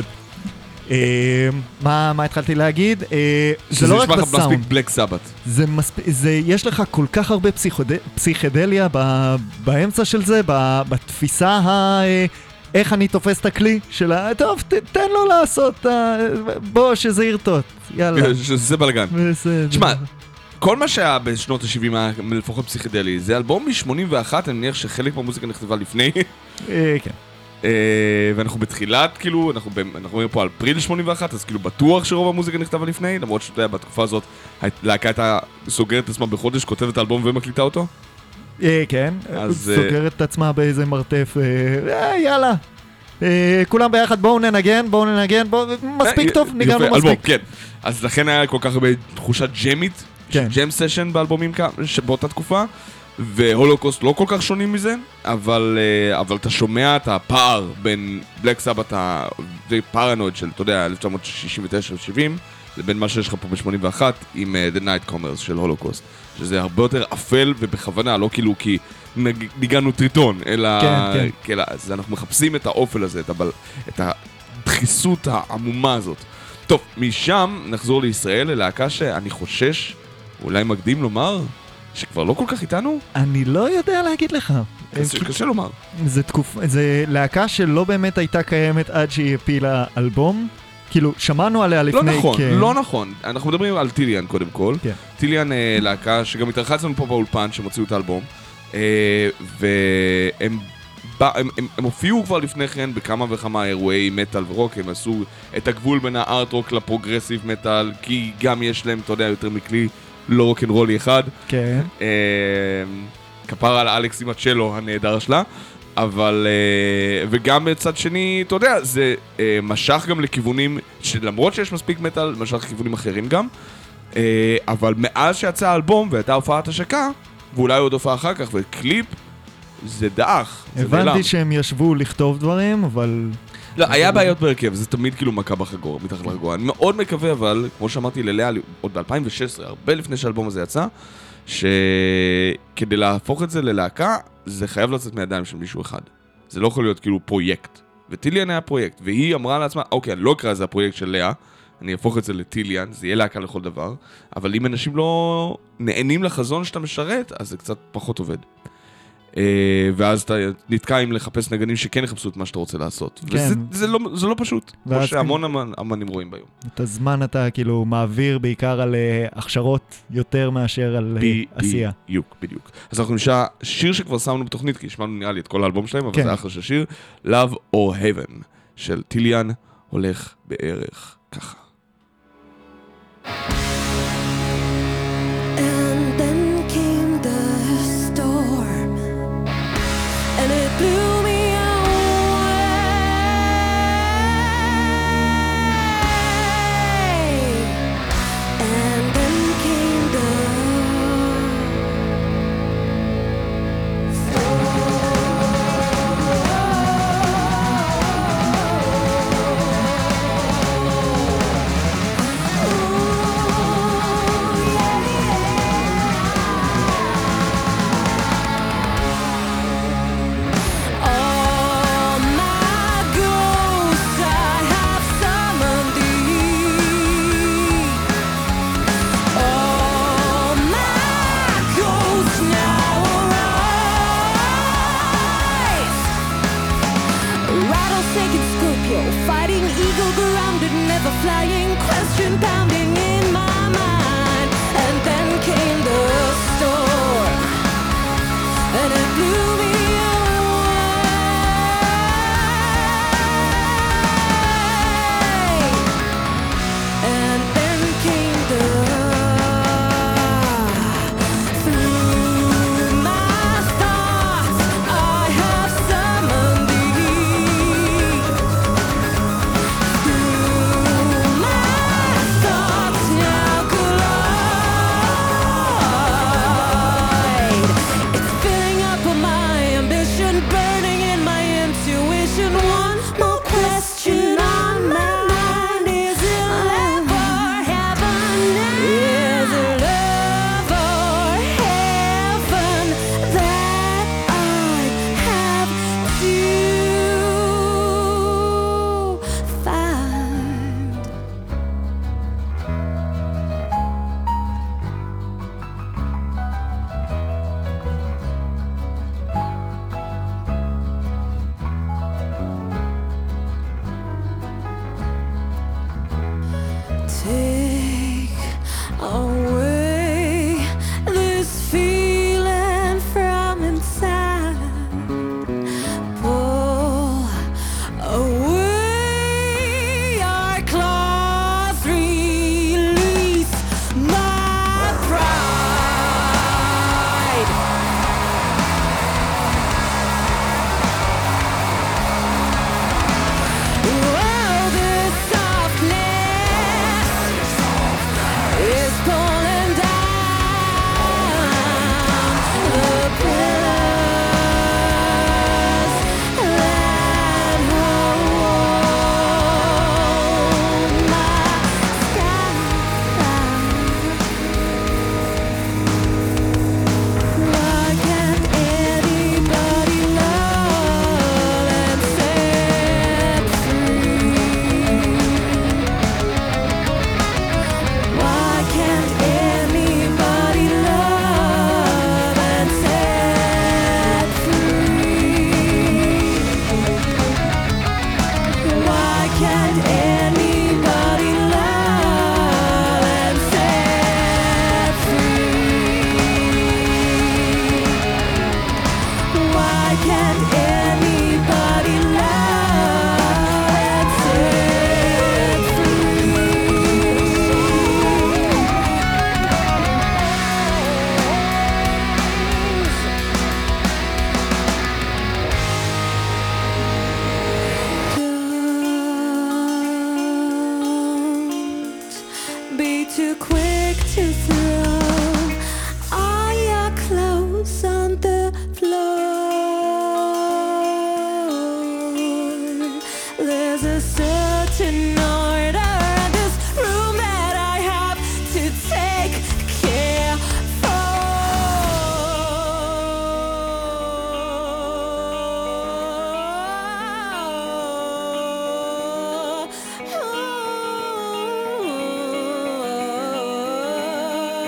Speaker 3: מה התחלתי להגיד? זה לא רק בסאונד.
Speaker 2: שזה נשמע לך מספיק בלק סבת.
Speaker 3: יש לך כל כך הרבה פסיכדליה באמצע של זה, בתפיסה איך אני תופס את הכלי שלה, טוב, תן לו לעשות, בוא, שזה ירטוט, יאללה.
Speaker 2: שזה בלגן. תשמע, כל מה שהיה בשנות ה-70 היה לפחות פסיכדלי, זה אלבום מ-81, אני מניח שחלק מהמוזיקה נכתבה לפני.
Speaker 3: כן.
Speaker 2: ואנחנו בתחילת, כאילו, אנחנו אומרים פה על פריל 81, אז כאילו בטוח שרוב המוזיקה נכתבה לפני, למרות שאתה יודע, בתקופה הזאת, להקה הייתה סוגרת את עצמה בחודש, כותבת את האלבום ומקליטה אותו.
Speaker 3: כן, סוגרת את עצמה באיזה מרתף, יאללה. כולם ביחד, בואו ננגן, מספיק טוב, ניגענו מספיק.
Speaker 2: כן, אז לכן היה כל כך הרבה תחושת ג'מית, ג'ם סשן באלבומים באותה תקופה, והולוקוסט לא כל כך שונים מזה, אבל אתה שומע את הפער בין בלק סבת ופרנויד של, אתה יודע, 1969-70, לבין מה שיש לך פה ב-81 עם The Nightcomers של הולוקוסט, שזה הרבה יותר אפל ובכוונה, לא כאילו כי ניגענו טריטון, אלא כן. אז אנחנו מחפשים את האופל הזה, את הדחיסות העמומה הזאת. טוב, משם נחזור לישראל, ללהקה שאני חושש, אולי מקדים לומר, שכבר לא כל כך איתנו?
Speaker 3: אני לא יודע להגיד לך.
Speaker 2: קשה לומר.
Speaker 3: זה להקה שלא באמת הייתה קיימת עד שהיא הפילה אלבום. כאילו, שמענו עליה לפני...
Speaker 2: לא נכון. אנחנו מדברים על טיליאן קודם כל. טיליאן להקה שגם התארחה אצלנו פה באולפן שמוציאו את האלבום. והם הופיעו כבר לפני כן בכמה וכמה אירועי מטל ורוק. הם עשו את הגבול בין הארט רוק לפרוגרסיב מטל, כי גם יש להם, אתה יודע, יותר מכלי לא רוקנרולי אחד.
Speaker 3: כן.
Speaker 2: כפרה על אלכס עם הצ'לו הנהדר שלה. אבל, וגם בצד שני, אתה יודע, זה משך גם לכיוונים, שלמרות שיש מספיק מטל, משך לכיוונים אחרים גם, אבל מאז שיצא האלבום והייתה הופעת השקה, ואולי עוד הופעה אחר כך, וקליפ, זה דאח.
Speaker 3: הבנתי שהם ישבו לכתוב דברים, אבל...
Speaker 2: לא, היה בעיות בהרכב, זה תמיד כאילו מכה בחגור, מתחת לחגור. אני מאוד מקווה, אבל, כמו שאמרתי ללאה, עוד ב-2016, הרבה לפני שהאלבום הזה יצא, שכדי להפוך את זה ללהקה, זה חייב לצאת מידיים של מישהו אחד. זה לא יכול להיות כאילו פרויקט. וטיליאן היה פרויקט, והיא אמרה לעצמה, אוקיי, אני לא אקרא את זה הפרויקט של לאה, אני אהפוך את זה לטיליאן, זה יהיה להקה לכל דבר, אבל אם אנשים לא נהנים לחזון שאתה משרת, אז זה קצת פחות עובד. ואז אתה נתקע עם לחפש נגנים שכן יחפשו את מה שאתה רוצה לעשות.
Speaker 3: כן.
Speaker 2: וזה לא פשוט, כמו שהמון אמנים רואים ביום.
Speaker 3: את הזמן אתה כאילו מעביר בעיקר על הכשרות יותר מאשר על עשייה.
Speaker 2: בדיוק. אז אנחנו נשאר שיר שכבר שמנו בתוכנית, כי השמענו נראה לי את כל האלבום שלהם, אבל זה אחלה של שיר, Love or Heaven של טיליאן, הולך בערך ככה.
Speaker 6: Blew me away, and then came the storm. fighting eagle, grounded, never flying, question pounding in my mind. And then came the storm, and it blew me away. And then came the through my thoughts I have summoned thee. Through my thoughts now collide. It's filling up with my ambition, burning in my intuition. One more question on my mind: is it love or heaven? Is it love or heaven that I have to find? Take away this feeling from inside. Pull away your claws, release my pride. Oh, this softness is pulling down the pillars that hold my sky. Why can't anybody love and set free? Why can't anybody love and set free? Why can't anybody love and set free? Why can't anybody love and set Don't be too quick to throw all your clothes on the floor. There's a certain order in this room that I have to take care for.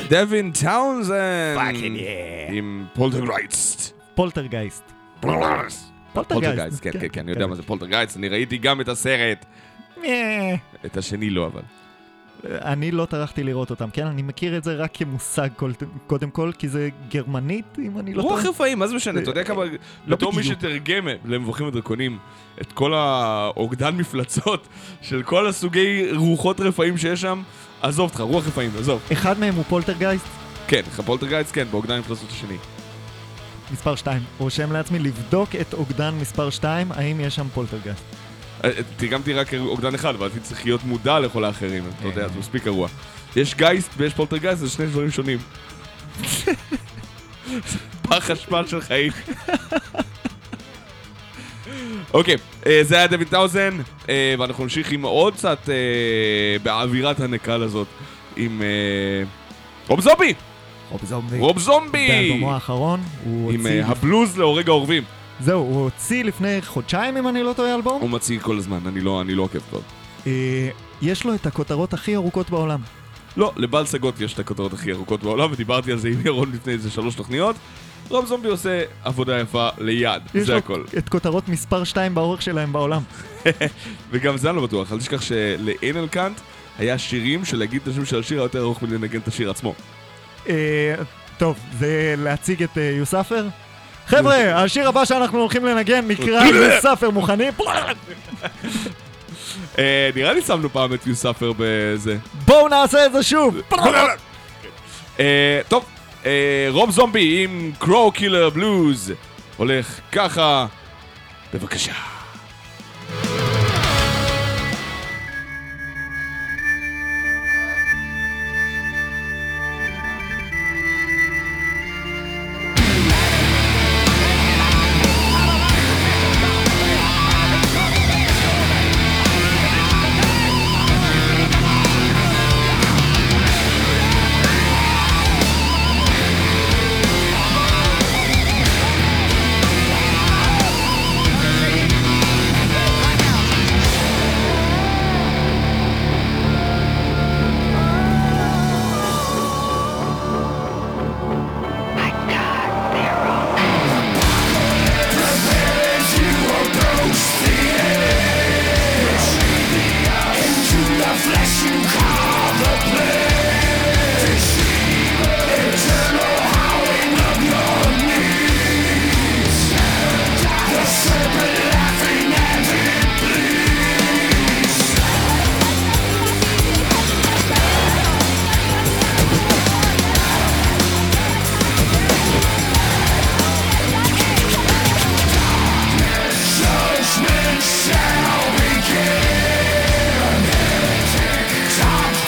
Speaker 2: דווין טאונזן.
Speaker 3: Fucking yeah.
Speaker 2: עם פולטרגייסט.
Speaker 3: פולטרגייסט.
Speaker 2: פולטרגייסט, כן, כן, כן, אני יודע מה זה פולטרגייסט, אני ראיתי גם את הסרט. את השני לא, אבל.
Speaker 3: אני לא טרחתי לראות אותם, כן? אני מכיר את זה רק כמושג קודם כל, כי זה גרמנית, אם אני לא טועה.
Speaker 2: רוח רפאים, מה זה משנה? אתה יודע כמה... בתור מי שתרגם למבוכים ודרקונים את כל האוגדן מפלצות של כל הסוגי רוחות רפאים שיש שם, עזוב אותך, רוח רפאים, עזוב.
Speaker 3: אחד מהם הוא פולטרגייסט?
Speaker 2: כן, פולטרגייסט, כן, באוגדן מפלצות השני.
Speaker 3: מספר 2. רושם לעצמי לבדוק את אוגדן מספר 2, האם יש שם פולטרגייסט.
Speaker 2: תרגמתי רק אוגדן אחד, אבל הייתי צריך להיות מודע לכל האחרים, אתה יודע, זה מספיק גרוע. יש גייסט ויש פולטרגייסט, זה שני דברים שונים. פח אשפה של חיים. אוקיי, זה היה דווין טאונזן, ואנחנו נמשיך עם עוד קצת באווירת הנקל הזאת, עם רוב זומבי! רוב זומבי!
Speaker 3: באלבומו האחרון, הוא
Speaker 2: עם
Speaker 3: הוציא...
Speaker 2: הבלוז להורג האורבים.
Speaker 3: זהו, הוא הוציא לפני חודשיים, אם אני לא טועה, אלבום.
Speaker 2: הוא מציג כל הזמן, אני לא עוקב טוב.
Speaker 3: יש לו את הכותרות הכי ארוכות בעולם.
Speaker 2: לא, לבל סגות יש את הכותרות הכי ארוכות בעולם, ודיברתי על זה עם ירון לפני איזה 3 תוכניות. רוב זומבי עושה עבודה יפה ליד, זה הכל.
Speaker 3: יש לו את כותרות מספר 2 באורך שלהם בעולם.
Speaker 2: וגם זה אני לא בטוח, אל תשכח שלאנל קאנט היה שירים שלהגיד את השם של השיר היה יותר ארוך מלנגן את השיר עצמו.
Speaker 3: טוב, זה להציג את יוספר. חבר'ה, השיר הבא שאנחנו הולכים לנגן נקרא יוספר, מוכנים?
Speaker 2: נראה לי שמנו פעם את יוספר בזה.
Speaker 3: בואו נעשה את זה שוב!
Speaker 2: טוב, רוב זומבי עם קרו קילר בלוז הולך ככה, בבקשה.
Speaker 4: Shall begin. Top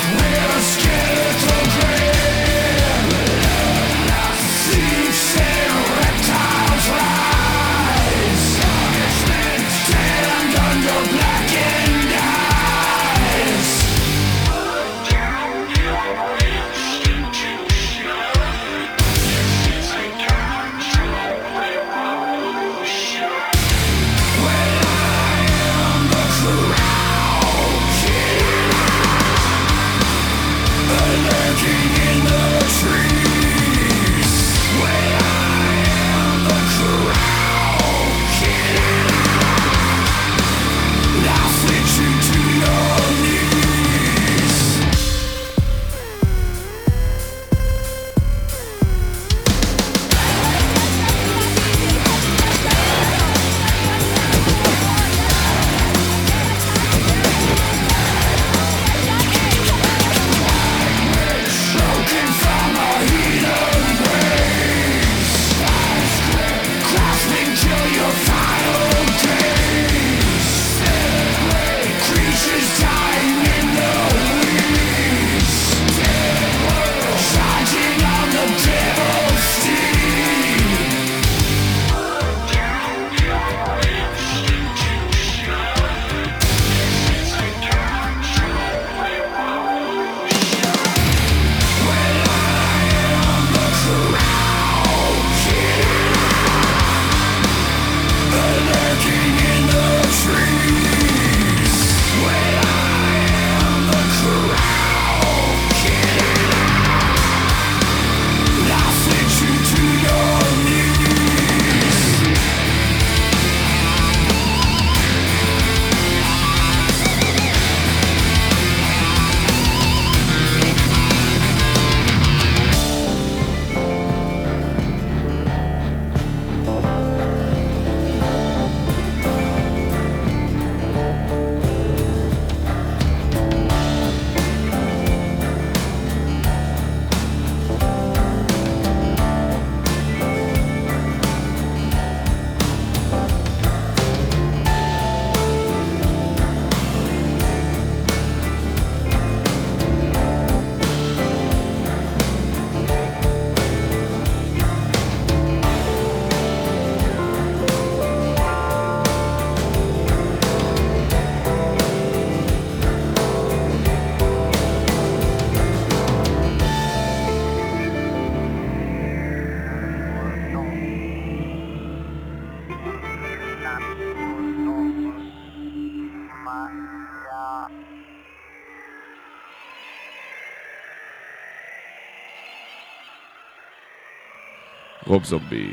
Speaker 2: רוב זומבי.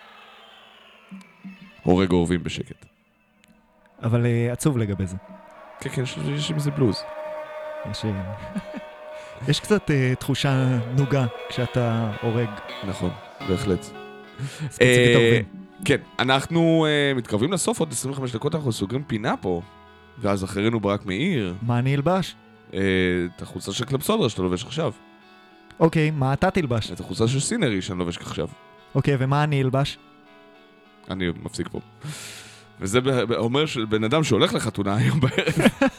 Speaker 2: הורג אורבים בשקט.
Speaker 3: אבל עצוב לגבי זה.
Speaker 2: כן, כן, יש עם איזה בלוז.
Speaker 3: יש קצת תחושה נוגה כשאתה הורג.
Speaker 2: נכון, בהחלט.
Speaker 3: ספציפית אורבים.
Speaker 2: כן, אנחנו מתקרבים לסוף, עוד 25 דקות אנחנו סוגרים פינה פה, ואז אחרינו ברק מאיר.
Speaker 3: מה אני אלבש?
Speaker 2: את החולצה של קלפסודרה שאתה לובש עכשיו.
Speaker 3: אוקיי, מה אתה תלבש?
Speaker 2: את החולצה של סינרי שאני לובש עכשיו.
Speaker 3: אוקיי, ומה אני אלבש?
Speaker 2: אני מפסיק פה. וזה אומר של בן אדם שהולך לחתונה היום בערב.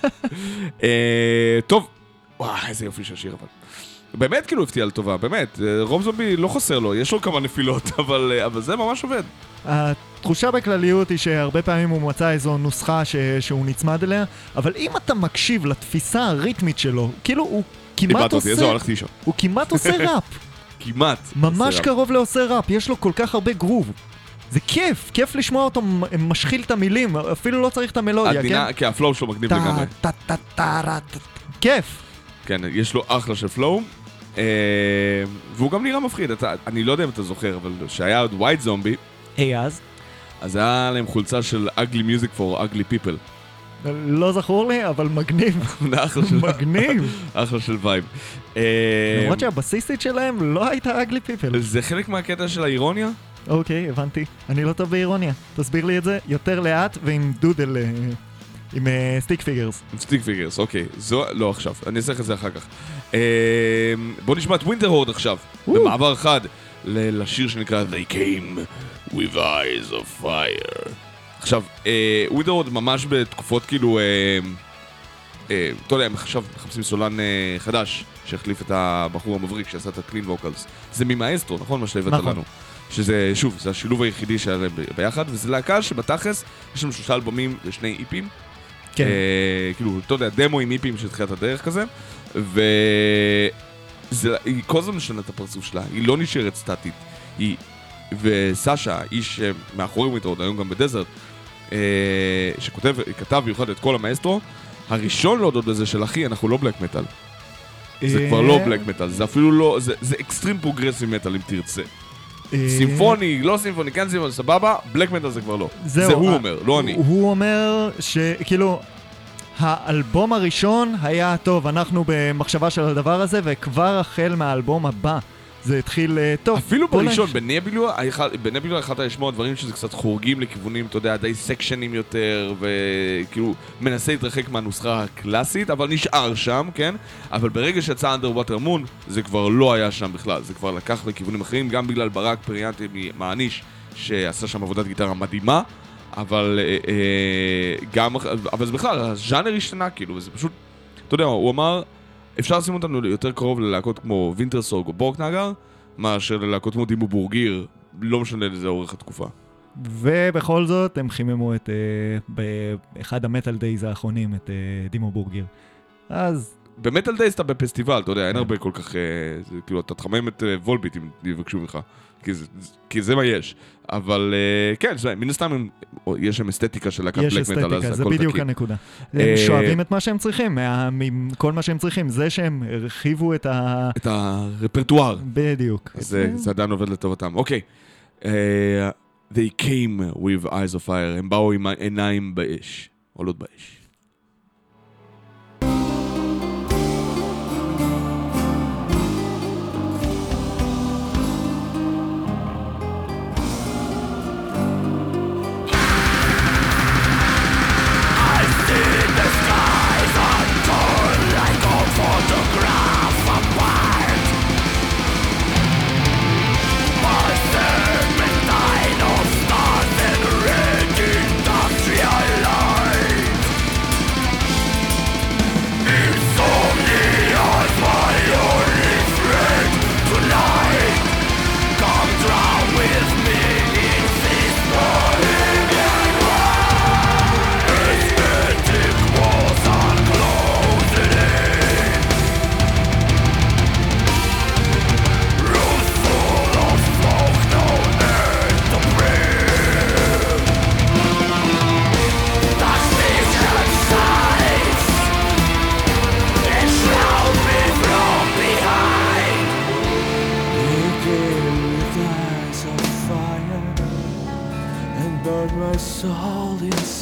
Speaker 2: טוב, וואי, איזה יופי של שיר אבל. באמת כאילו הפתיע לטובה, באמת. רוב זומבי לא חסר לו, יש לו כמה נפילות, אבל זה ממש עובד.
Speaker 3: התחושה בכלליות היא שהרבה פעמים הוא מצא איזו נוסחה שהוא נצמד אליה, אבל אם אתה מקשיב לתפיסה הריתמית שלו, כאילו הוא כמעט עושה...
Speaker 2: איזה הולכתי אישה.
Speaker 3: הוא כמעט עושה ראפ.
Speaker 2: כמעט.
Speaker 3: ממש קרוב לעושה ראפ, יש לו כל כך הרבה גרוב. זה כיף, כיף לשמוע אותו משחיל את המילים, אפילו לא צריך את המלודיה, כן?
Speaker 2: כי הפלואו שלו מגניב לגמרי.
Speaker 3: כיף.
Speaker 2: כן, יש לו אחלה של פלואו, והוא גם נראה מפחיד. אני לא יודע אם אתה זוכר, אבל שהיה עוד ווייט זומבי, אז היה להם חולצה של Ugly Music for Ugly People.
Speaker 3: לא זכור לי, אבל מגניב. מגניב.
Speaker 2: אחלה של וייב.
Speaker 3: למרות שהבסיסטית שלהם לא הייתה Ugly People.
Speaker 2: זה חלק מהקטע של האירוניה?
Speaker 3: אוקיי, הבנתי. אני לא טוב באירוניה. תסביר לי את זה יותר לאט ועם דודל, עם סטיק פיגרס.
Speaker 2: סטיק פיגרס, אוקיי. לא עכשיו, אני אעשה לך את זה אחר כך. בוא נשמע את ווינטרהורד עכשיו, במעבר אחד לשיר שנקרא They Came with Eyes of Fire. עכשיו, ווינטרהורד ממש בתקופות כאילו, אתה יודע, הם עכשיו מחפשים סולן חדש שהחליף את הבחור המבריק שעשה את הקלין ווקלס. זה ממאסטרו, נכון? מה שהבאת לנו. שזה, שוב, זה השילוב היחידי שהיה להם ביחד, וזה להקה שבתכלס יש לנו 3 אלבומים ו2 איפים.
Speaker 3: כן.
Speaker 2: כאילו, אתה יודע, דמו עם איפים של תחילת הדרך כזה, היא כל הזמן משנה את הפרצוף שלה, היא לא נשארת סטטית. וסשה, איש מאחורי ווינטרהורד, היום גם בדזרט, שכתב ביוחד את כל המאסטרו, הראשון להודות בזה של אחי, אנחנו לא בלק מטל. זה כבר לא בלק מטל, זה אפילו לא, זה אקסטרים פרוגרסיב מטל אם תרצה. סימפוני, לא סימפוני, כן סימפוני, סבבה, בלק מטל זה כבר לא. זה הוא אומר, לא אני.
Speaker 3: הוא אומר שכאילו, האלבום הראשון היה טוב, אנחנו במחשבה של הדבר הזה, וכבר החל מהאלבום הבא. זה התחיל טוב.
Speaker 2: אפילו בראשון, בנבילוע יכלת לשמוע דברים שזה קצת חורגים לכיוונים, אתה יודע, די סקשנים יותר, וכאילו מנסה להתרחק מהנוסחה הקלאסית, אבל נשאר שם, כן? אבל ברגע שיצא Underwater Moon, זה כבר לא היה שם בכלל, זה כבר לקח לכיוונים אחרים, גם בגלל ברק פריאנטי מעניש, שעשה שם עבודת גיטרה מדהימה, אבל זה בכלל, הז'אנר השתנה, כאילו, וזה פשוט, אתה יודע, הוא אמר, אפשר לשים אותנו יותר קרוב ללהקות כמו וינטרסורג או בורקנגר, מאשר ללהקות כמו דימו בורגיר, לא משנה לזה אורך התקופה.
Speaker 3: ובכל זאת הם חיממו באחד המטל דייז האחרונים את דימו בורגיר. אז...
Speaker 2: במטל דייז אתה בפסטיבל, אתה יודע, אין הרבה כל כך... כאילו, אתה תחמם את וולביט אם יבקשו ממך, כי זה מה יש. אבל כן, מן הסתם יש שם אסתטיקה של להקת בלק מטל, אז הכל תקין. יש אסתטיקה, זה בדיוק
Speaker 3: הנקודה. הם שואבים את מה שהם צריכים, כל מה שהם צריכים, זה שהם הרחיבו את
Speaker 2: הרפרטואר.
Speaker 3: בדיוק.
Speaker 2: זה עדיין עובד לטובתם. אוקיי. They came with eyes of fire, הם באו עם עיניים באש, עולות באש.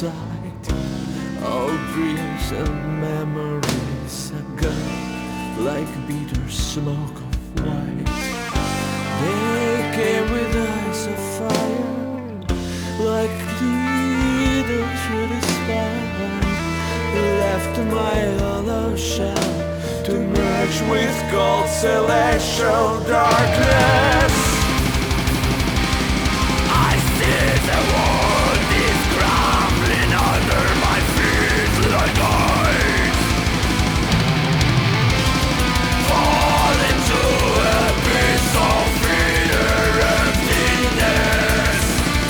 Speaker 7: sight. All dreams and memories are gone like bitter smoke of white. They came with eyes of fire, like needles through the spine. Left my hollow shell to merge with cold celestial darkness. I see the world is crumbling under my feet like ice. Fall into a piece of inner emptiness.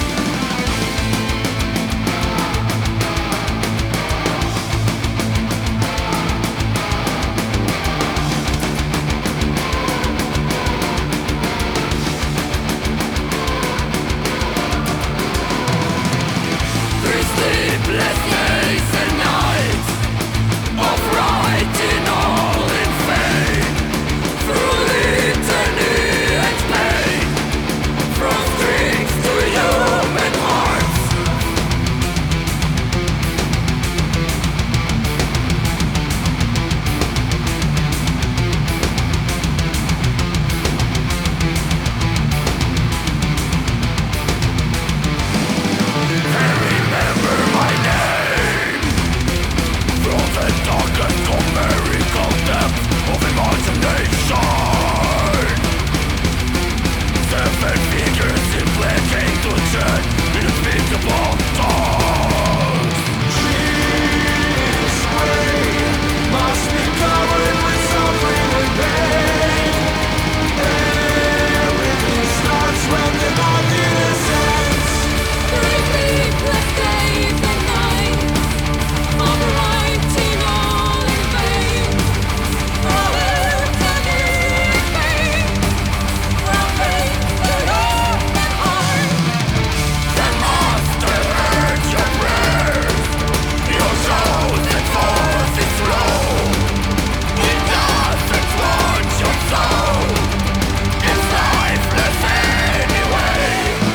Speaker 7: Sleepless days and nights of writing all in vain, through litany and pain, from strings to human hearts. My name from the darkest numerical depth of imagination. 7 figures in pledging to turn in unspeakable tongues. This way must be covered with suffering and pain. Everything starts when the body descends.
Speaker 6: Sleepless days and nights of writing all in vain, from eternity pain, from faith to human heart.
Speaker 7: The monster heard your prayers, your soul that falls its roll. It doesn't want your soul, it's lifeless anyway.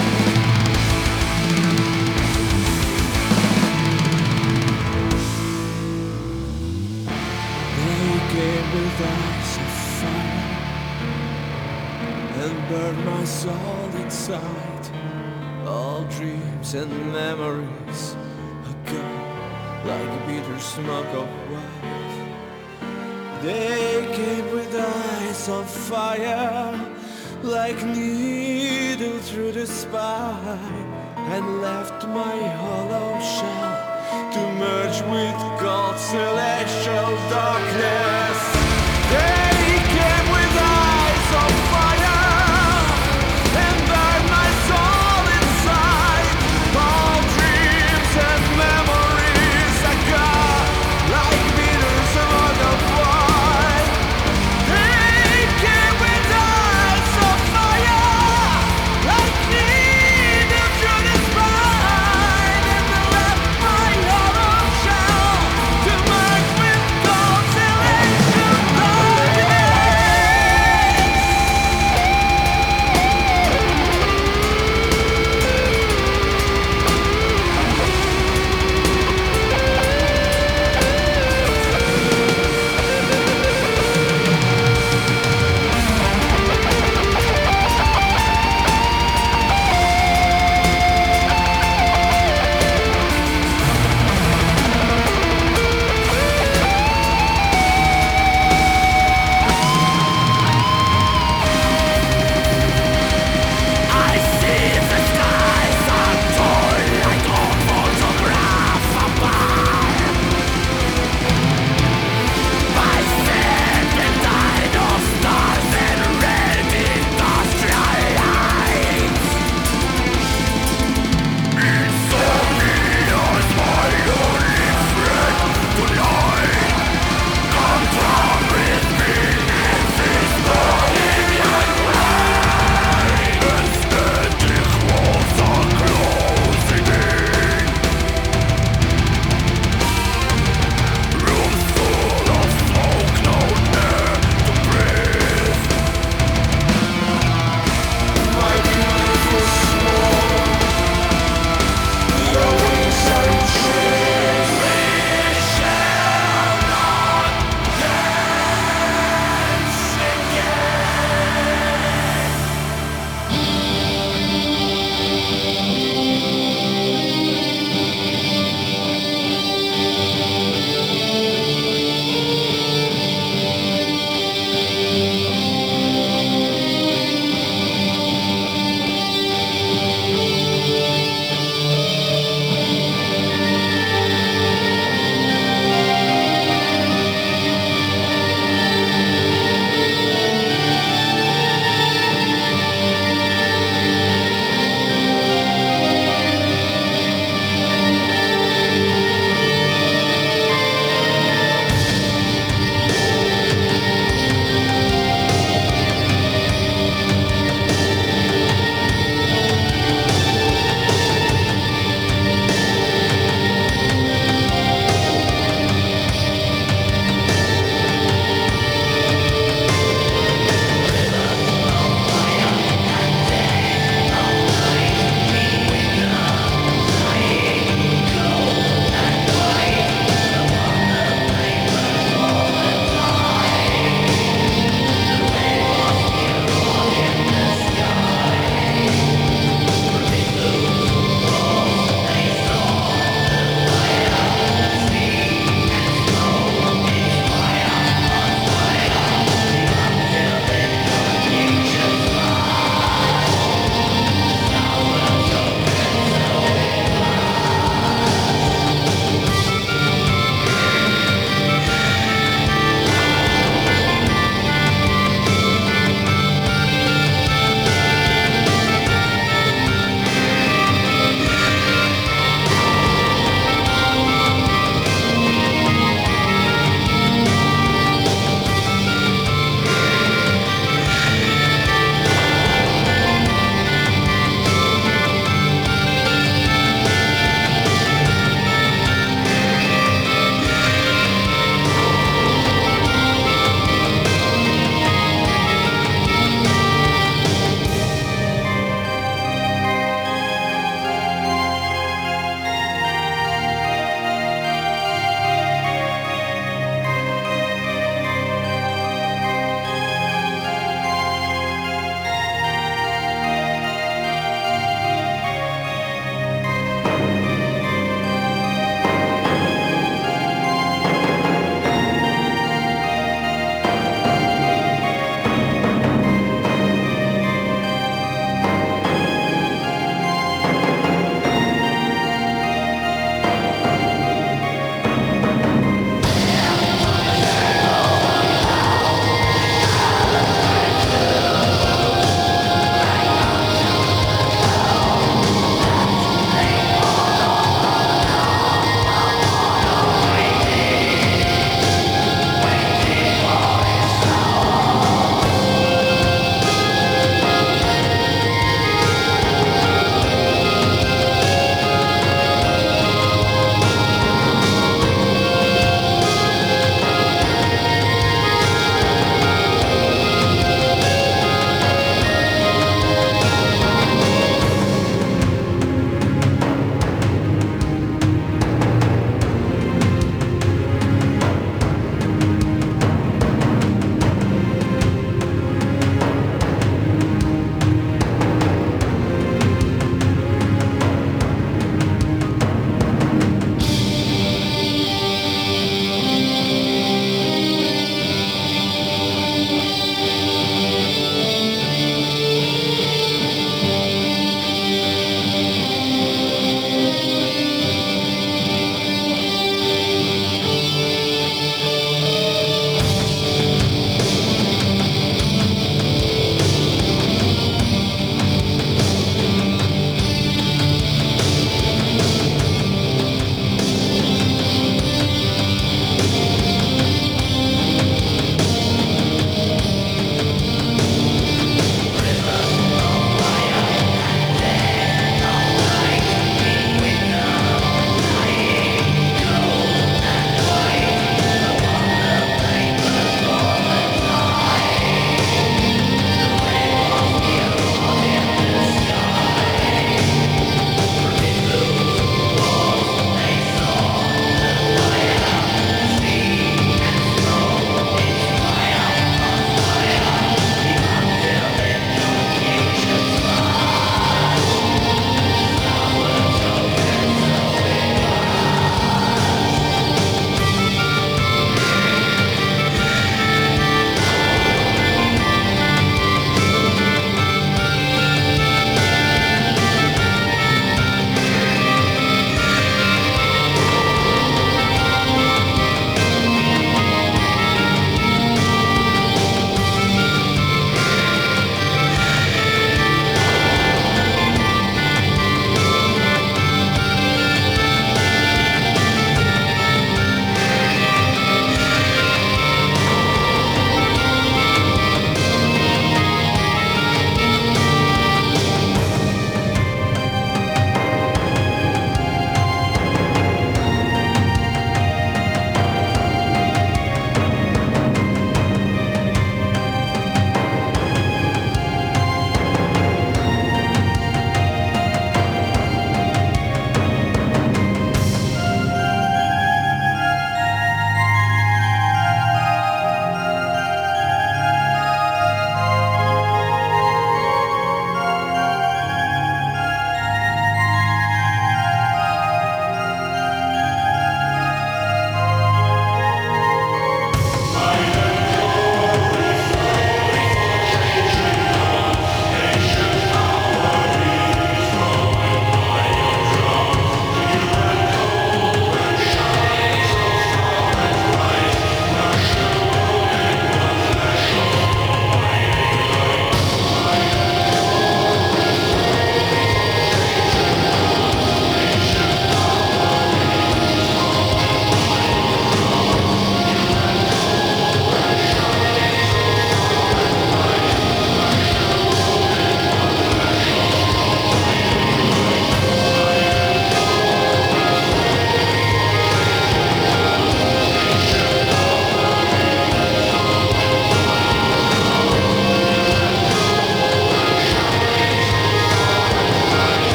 Speaker 7: They came with eyes of fire and burned my soul inside. All dreams and memories are gone like bitter smoke of white. They came with eyes of fire, like needle through the spine, and left my hollow shell to merge with cold celestial darkness. They came with eyes of fire and burned my soul inside. All dreams and memories are gone like bitter smoke of white. They came with eyes of fire, like needles through the spine, and left my hollow shell to merge with cold celestial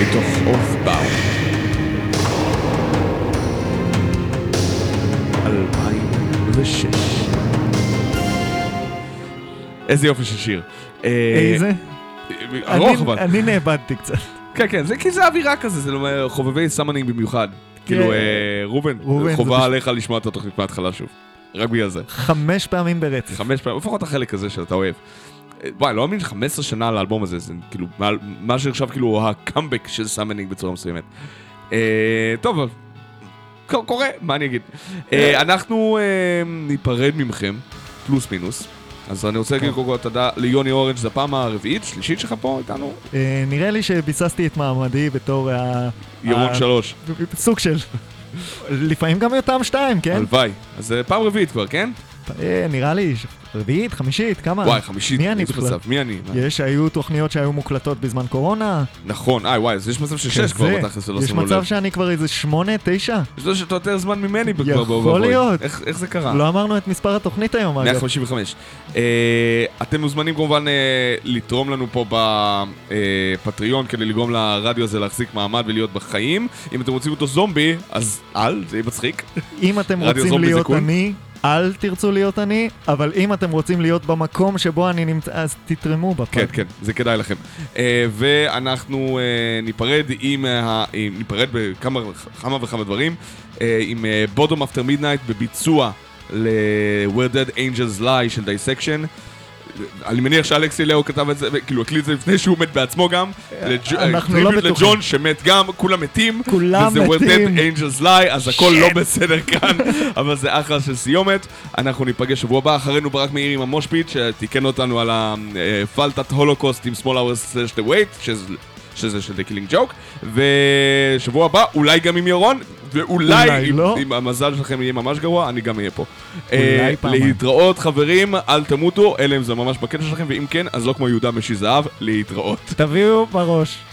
Speaker 2: מתוך Oathbound 2006. איזה יופי של שיר.
Speaker 3: איזה?
Speaker 2: ארוך אבל.
Speaker 3: אני נאבדתי קצת.
Speaker 2: כן, כן, זה כי זה אווירה כזה, זה לא חובבי סמנינג במיוחד. כאילו, ראובן, חובה עליך לשמוע את התוכנית מההתחלה שוב. רק בגלל זה.
Speaker 3: 5 פעמים ברצף.
Speaker 2: 5 פעמים, לפחות החלק הזה שאתה אוהב. וואי, לא מאמין ש15 שנה על האלבום הזה, זה כאילו, מה שעכשיו כאילו הקאמבק של סמנינג בצורה מסוימת. טוב, קורה, מה אני אגיד? אנחנו ניפרד ממכם, פלוס מינוס. אז אני רוצה להגיד קודם כל תודה ליוני אורנג', זה הפעם הרביעית, שלישית שלך פה איתנו?
Speaker 3: נראה לי שביססתי את מעמדי בתור
Speaker 2: ירון 3.
Speaker 3: סוג של... לפעמים גם יותם 2, כן?
Speaker 2: הלוואי. אז זה פעם רביעית כבר, כן?
Speaker 3: נראה לי רביעית, חמישית, כמה?
Speaker 2: וואי, חמישית,
Speaker 3: מי אני
Speaker 2: איזה
Speaker 3: בכלל?
Speaker 2: מצב? מי אני?
Speaker 3: היו תוכניות שהיו מוקלטות בזמן קורונה.
Speaker 2: נכון, וואי, אז יש מצב של 6 כבר בתכלס, שלא
Speaker 3: יש
Speaker 2: שמנו לב.
Speaker 3: מצב שאני כבר איזה 8, 9.
Speaker 2: יש לו שאתה יותר זמן ממני כבר
Speaker 3: יכול להיות.
Speaker 2: איך זה קרה?
Speaker 3: לא אמרנו את מספר התוכנית היום, אגב.
Speaker 2: 155. אתם מוזמנים כמובן לתרום לנו פה בפטריון כדי לגרום לרדיו הזה להחזיק מעמד ולהיות בחיים. אם אתם רוצים אותו זומבי, אז זה יהיה מצחיק.
Speaker 3: אם אתם רוצים להיות אני, אל תרצו להיות אני, אבל אם אתם רוצים להיות במקום שבו אני נמצא, אז תתרמו בפרק.
Speaker 2: כן, כן, זה כדאי לכם. ואנחנו ניפרד בכמה וכמה דברים, עם Bottom After Midnight בביצוע ל-Where Dead Angels Lie של Dissection. אני מניח שאלכסי לאו כתב את זה, כאילו הקליט את זה לפני שהוא מת בעצמו גם.
Speaker 3: אנחנו לא בטוחים.
Speaker 2: לג'ון שמת גם, כולם מתים.
Speaker 3: כולם מתים.
Speaker 2: וזה Where Dead Angels Lie, אז הכל לא בסדר כאן, אבל זה אחלה של סיומת. אנחנו ניפגש שבוע הבא, אחרינו ברק מאיר עם המושפיט, שתיקן אותנו על הפלטת הולוקוסט עם Small Hours / The Wait, שזה של The Killing Joke. ושבוע הבא, אולי גם עם ירון, ואולי אם המזל שלכם יהיה ממש גרוע, אני גם אהיה פה. להתראות חברים, אל תמותו, אלא אם זה ממש בקטע שלכם, ואם כן, אז לא כמו יהודה משי זהב, להתראות.
Speaker 3: תביאו בראש.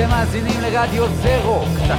Speaker 1: אתם מאזינים לרדיו זרו,